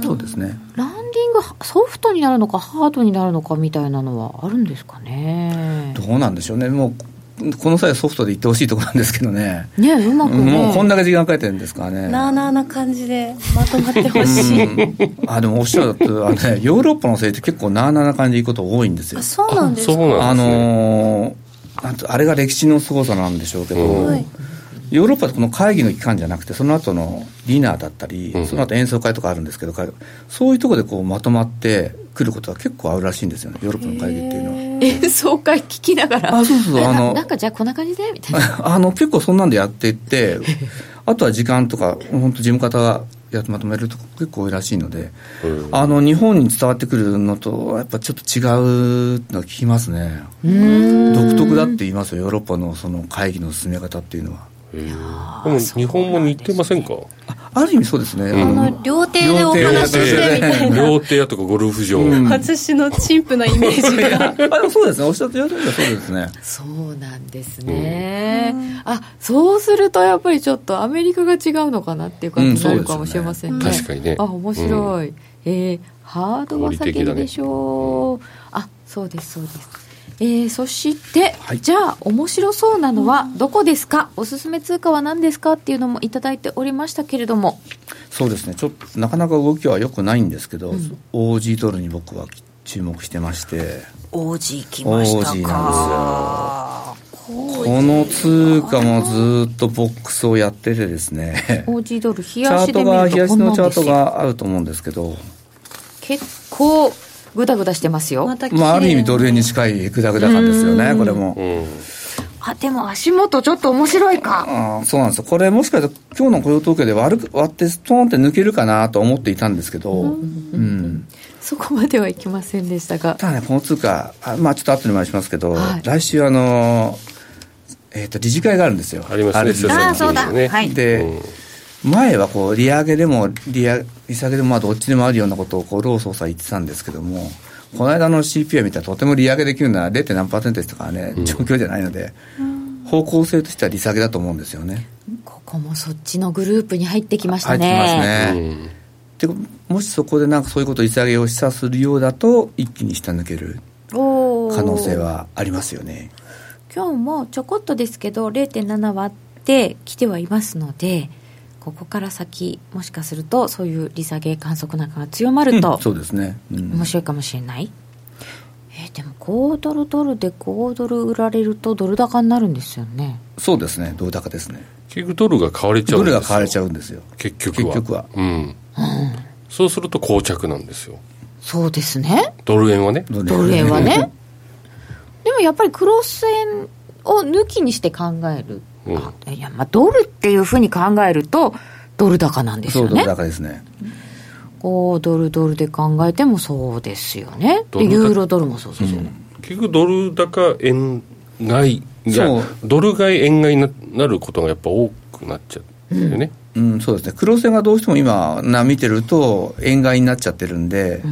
[SPEAKER 3] そうですね。
[SPEAKER 1] ランディングソフトになるのかハードになるのかみたいなのはあるんですかね。
[SPEAKER 3] どうなんでしょうね。もうこの際はソフトでいってほしいところなんですけどね。
[SPEAKER 1] ねうまくね。
[SPEAKER 3] もうこんだけ時間かけてるんですからね。
[SPEAKER 2] なあなあな感じでまとまってほしい。
[SPEAKER 3] あでもおっしゃるとあの、ね、ヨーロッパのせいって結構なあなあな感じでいくこと多いんですよ。
[SPEAKER 2] あそうなんですか。
[SPEAKER 4] そうなんですね。
[SPEAKER 3] あのーなんとあれが歴史の凄さなんでしょうけど、うん、ヨーロッパってこの会議の期間じゃなくてその後のディナーだったり、うん、その後演奏会とかあるんですけど、そういうところでこうまとまってくることは結構あるらしいんですよね、ヨーロッパの会議っていうのは。
[SPEAKER 1] 演奏会聞きながら
[SPEAKER 3] あそうそうあの
[SPEAKER 1] なんかじゃあこんな感じでみたいな
[SPEAKER 3] あの結構そんなんでやっていってあとは時間とか本当事務方がやってまとめると結構多いらしいので、うん、あの日本に伝わってくるのとやっぱちょっと違うの聞きますね。うーん独特だって言いますよ、ヨーロッパのその会議の進め方っていうのは。
[SPEAKER 4] でも日本も似てませんか。
[SPEAKER 3] あ, ある意味そうですね、うん、
[SPEAKER 2] あの料亭でお話ししてみたいな
[SPEAKER 4] 料亭やとかゴルフ場、うん、
[SPEAKER 2] 私の陳腐なイメージが
[SPEAKER 3] あでもそうですね、おっしゃってるとおりはそうですね。
[SPEAKER 1] そうなんですね、うん、あそうするとやっぱりちょっとアメリカが違うのかなっていう感じになるかもしれませんね、うん、
[SPEAKER 4] 確かにね。
[SPEAKER 1] あ面白い、うんえー、ハードは避けるでしょう、ね、あそうですそうです。えー、そして、はい、じゃあ面白そうなのはどこですか、おすすめ通貨は何ですかっていうのもいただいておりましたけれども。
[SPEAKER 3] そうですね、ちょっとなかなか動きは良くないんですけど、うん、オージー ドルに僕は注目してまして。
[SPEAKER 1] オージー 来ましたか。オージー
[SPEAKER 3] なんですよ。この通貨もずっとボックスをやっててですね、
[SPEAKER 1] オージー ドル冷やしで見るとこんなんですよ。
[SPEAKER 3] チャートが冷やしのチャートがあると思うんですけど、
[SPEAKER 1] 結構グダグダしてますよ。
[SPEAKER 3] ま, まあ、ある意味ドル円に近いグダグダ感ですよね、これも。うん
[SPEAKER 1] あでも足元ちょっと面白いか。
[SPEAKER 3] あそうなんですよ。これもしかしたら今日の雇用統計で割る割ってストーンって抜けるかなと思っていたんですけど、うんうん、
[SPEAKER 1] そこまではいきませんでしたが、
[SPEAKER 3] ただねこの通貨あ、まあ、ちょっと後にも話しますけど、はい、来週あの、えー、と理事会があるんですよ。
[SPEAKER 4] ありますね。
[SPEAKER 1] ああそうだ、はい、
[SPEAKER 3] で、うん、前はこう利上げでも 利, 上利下げでもまあどっちでもあるようなことをこう労総裁言ってたんですけども、この間の シーピーアイ 見たらとても利上げできるのは ゼロ. 何パーセント ですとかね、うん、状況じゃないので、うん、方向性としては利下げだと思うんですよね。
[SPEAKER 1] ここもそっちのグループに入ってきましたね。
[SPEAKER 3] 入ってきますね、うん、でもしそこでなんかそういうことを利下げを示唆するようだと一気に下抜ける可能性はありますよね。
[SPEAKER 1] 今日もちょこっとですけど ゼロてんなな 割ってきてはいますので、ここから先もしかするとそういう利下げ観測なんかが強まると、
[SPEAKER 3] うん、そうですね、うん、
[SPEAKER 1] 面白いかもしれない。えー、でもごドルドルでごドル売られるとドル高になるんですよね。
[SPEAKER 3] そうですね、ドル高ですね。
[SPEAKER 4] 結局ドルが買われちゃうんですよ。
[SPEAKER 3] ドルが買われちゃうんですよ
[SPEAKER 4] 結局は。
[SPEAKER 3] 結局は、
[SPEAKER 4] うんうん、そうすると膠着なんですよ。
[SPEAKER 1] そうですね、
[SPEAKER 4] ドル円はね。
[SPEAKER 1] ドル円はねでもやっぱりクロス円を抜きにして考える、うん、あいやまあドルっていうふうに考えるとドル高なんですよね。
[SPEAKER 3] そうドル高ですね。
[SPEAKER 1] ごドルドルで考えてもそうですよね。でユーロドルもそうですよね、
[SPEAKER 4] うん、結局ドル高円買い、いやドル買い円買いになることがやっぱ多くなっちゃうんだよね、
[SPEAKER 3] うんうん、そうですね。クロス円がどうしても今な見てると円買いになっちゃってるんで、うん、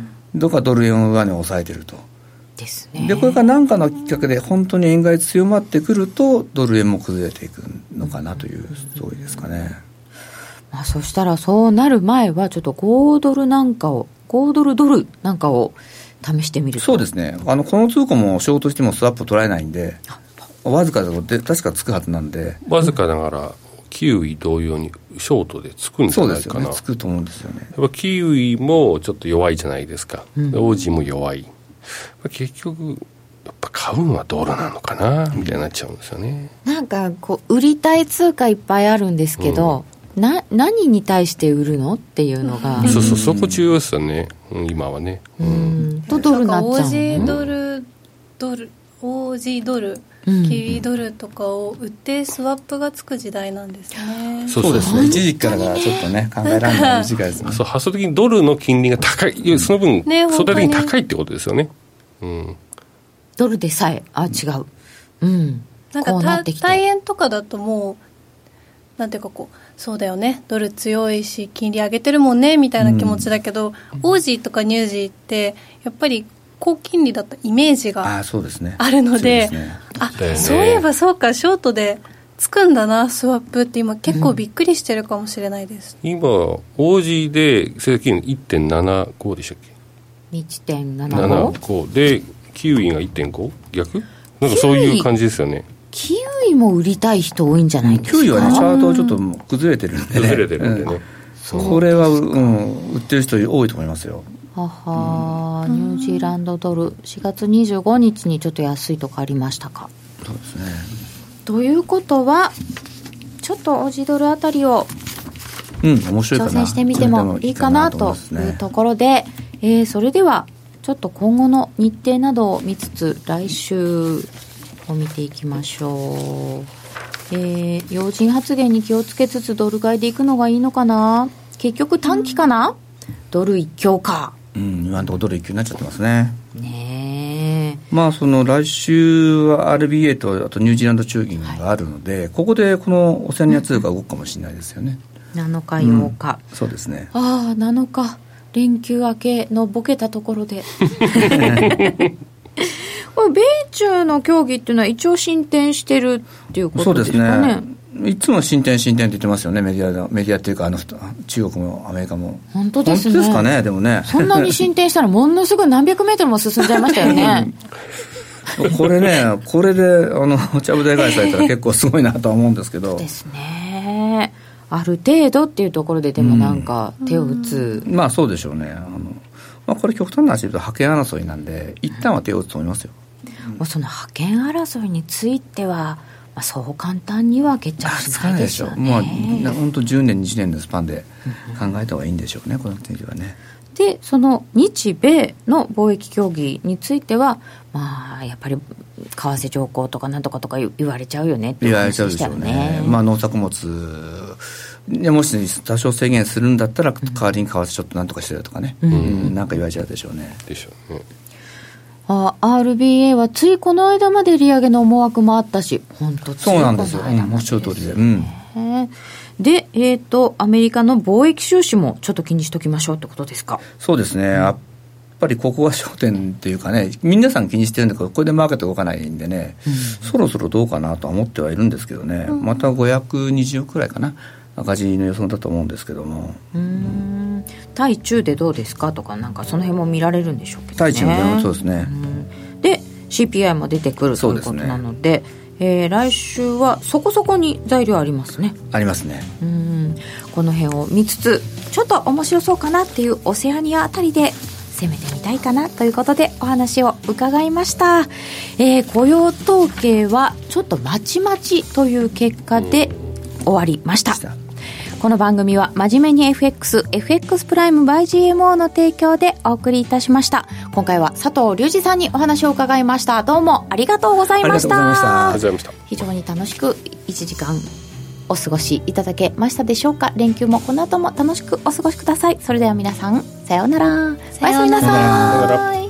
[SPEAKER 3] どっかドル円を上値を抑えてると
[SPEAKER 1] ですね。
[SPEAKER 3] でこれが何かのきっかけで本当に円買い強まってくるとドル円も崩れていくのかなというストーリーですかね。
[SPEAKER 1] まあ、そしたらそうなる前はちょっとごドルなんかをごドルドルなんかを試してみると。
[SPEAKER 3] そうですね、あのこの通貨もショートしてもスワップ取られないんでわずかでもで確かつくはずなんで、
[SPEAKER 4] わずかながらキウイ同様にショートでつくんじゃないかな。
[SPEAKER 3] そうですよね、つくと思うんですよね。
[SPEAKER 4] やっぱキウイもちょっと弱いじゃないですか、うん、オージーも弱い。結局やっぱ買うのはドルなのかなみたいになっちゃうんですよね。
[SPEAKER 1] なんかこう売りたい通貨いっぱいあるんですけど、うん、な何に対して売るのっていうのが、
[SPEAKER 4] うん、そうそう、そこ重要ですよね、うん、今はね、うん、
[SPEAKER 1] とドルになっちゃうの。
[SPEAKER 2] オージー ドルドルオージー ドルキウイドルとかを売ってスワップがつく時代なんですね。
[SPEAKER 3] そうですね、一時期からがちょっとね考えられない時代ですね。
[SPEAKER 4] そう、発想的にドルの金利が高い、その分、ね、相対的に高いってことですよね、うん、
[SPEAKER 1] ドルでさえあ違う、うん、
[SPEAKER 2] なんかな対円とかだともうなんていうかこうそうだよね、ドル強いし金利上げてるもんねみたいな気持ちだけど、うん、オージーとかニュージーってやっぱり高金利だったイメージがあるので、あ、そうそういえばそうか、ショートでつくんだなスワップって今結構びっくりしてるかもしれないです、
[SPEAKER 4] うん、今 オージー で政策金利 いってんななご でしたっけ。
[SPEAKER 1] いってんななご
[SPEAKER 4] でキウイが いってんご 逆なんかそういう感じですよね。
[SPEAKER 1] キウイも売りたい人多いんじゃないですか。
[SPEAKER 3] キウイはねチャートちょっと崩れてるんでね、
[SPEAKER 4] 崩れてるんでね、
[SPEAKER 3] うん、これは、うん、売ってる人多いと思いますよ。
[SPEAKER 1] はは、うん、ニュージーランドドルしがつにじゅうごにちにちょっと安いとこありましたか。
[SPEAKER 3] そうですね。
[SPEAKER 1] ということはちょっとオージードルあたりを挑戦してみてもいいかなというところで、えー、それではちょっと今後の日程などを見つつ来週を見ていきましょう。えー、要人発言に気をつけつつドル買いでいくのがいいのかな。結局短期かな、うん、ドル一強か。
[SPEAKER 3] うん、今のところドル一強になっちゃってますね。
[SPEAKER 1] ねえ。
[SPEAKER 3] まあその来週は アールビーエー とあとニュージーランド中銀があるので、はい、ここでこのオセアニア通貨動くかもしれないですよね。
[SPEAKER 1] なのかようか、
[SPEAKER 3] うん、そうですね。
[SPEAKER 1] ああなのか、連休明けのボケたところでこれ米中の協議っていうのは一応進展してるっていうことですかね。そうですね。
[SPEAKER 3] いつも進展進展って言ってますよね、メディアのメディアっていうかあの中国もアメリカも。
[SPEAKER 1] 本当ですね。
[SPEAKER 3] 本当ですかね。でもね、
[SPEAKER 1] そんなに進展したらものすごい何百メートルも進んじゃいましたよね
[SPEAKER 3] これね、これであのちゃぶ台返しされたら結構すごいなとは思うんですけど。
[SPEAKER 1] そうですね。ある程度っていうところででもなんか手を打つ、
[SPEAKER 3] うん、まあそうでしょうね。あの、まあ、これ極端な話で言うと覇権争いなんで一旦は手を打つと思いますよ、
[SPEAKER 1] うん、その覇権争いについてはまあ、そう簡単には決着しないでしょうね。
[SPEAKER 3] まあ、本当じゅうねんにじゅうねんのスパンで考えた方がいいんでしょうね、うん、この点ではね。
[SPEAKER 1] でその日米の貿易協議については、まあ、やっぱり為替条項とかなんとかとか言われちゃうよねっていう話でしたよね。言われちゃうでしょうね。まあ、農作物もし多少制限するんだったら代わりに為替ちょっとなんとかしてるとかね、うんうん、なんか言われちゃうでしょうね。
[SPEAKER 4] でしょうね。
[SPEAKER 1] あ アールビーエー はついこの間まで利上げの思惑もあったし、本当
[SPEAKER 3] そうなんですよ、うん、おっしゃる通りで、うん、
[SPEAKER 1] で、えーと、アメリカの貿易収支もちょっと気にしときましょうってことですか。
[SPEAKER 3] そうですね、うん、やっぱりここが焦点っていうかね、皆さん気にしてるんだけどこれでマーケット動かないんでね、うん、そろそろどうかなとは思ってはいるんですけどね、うん、またごひゃくにじゅうおくくらいかな赤字の予想だと思うんですけども、
[SPEAKER 1] うーん対中でどうですかとか、なんかその辺も見られるんでしょうけどね。
[SPEAKER 3] 対中もそうですね。
[SPEAKER 1] で シーピーアイ も出てくるということなので、えー、来週はそこそこに材料ありますね。
[SPEAKER 3] ありますね。
[SPEAKER 1] うん、この辺を見つつちょっと面白そうかなっていうオセアニアあたりで攻めてみたいかなということでお話を伺いました。えー、雇用統計はちょっとまちまちという結果で終わりました。この番組は真面目に エフエックス、エフエックス プライム by ジーエムオー の提供でお送りいたしました。今回は佐藤隆二さんにお話を伺いました。どうもありがとうございました。
[SPEAKER 4] ありがとうございました。
[SPEAKER 1] 非常に楽しくいちじかんお過ごしいただけましたでしょうか。連休もこの後も楽しくお過ごしください。それでは皆さんさようなら。おやすみなさい。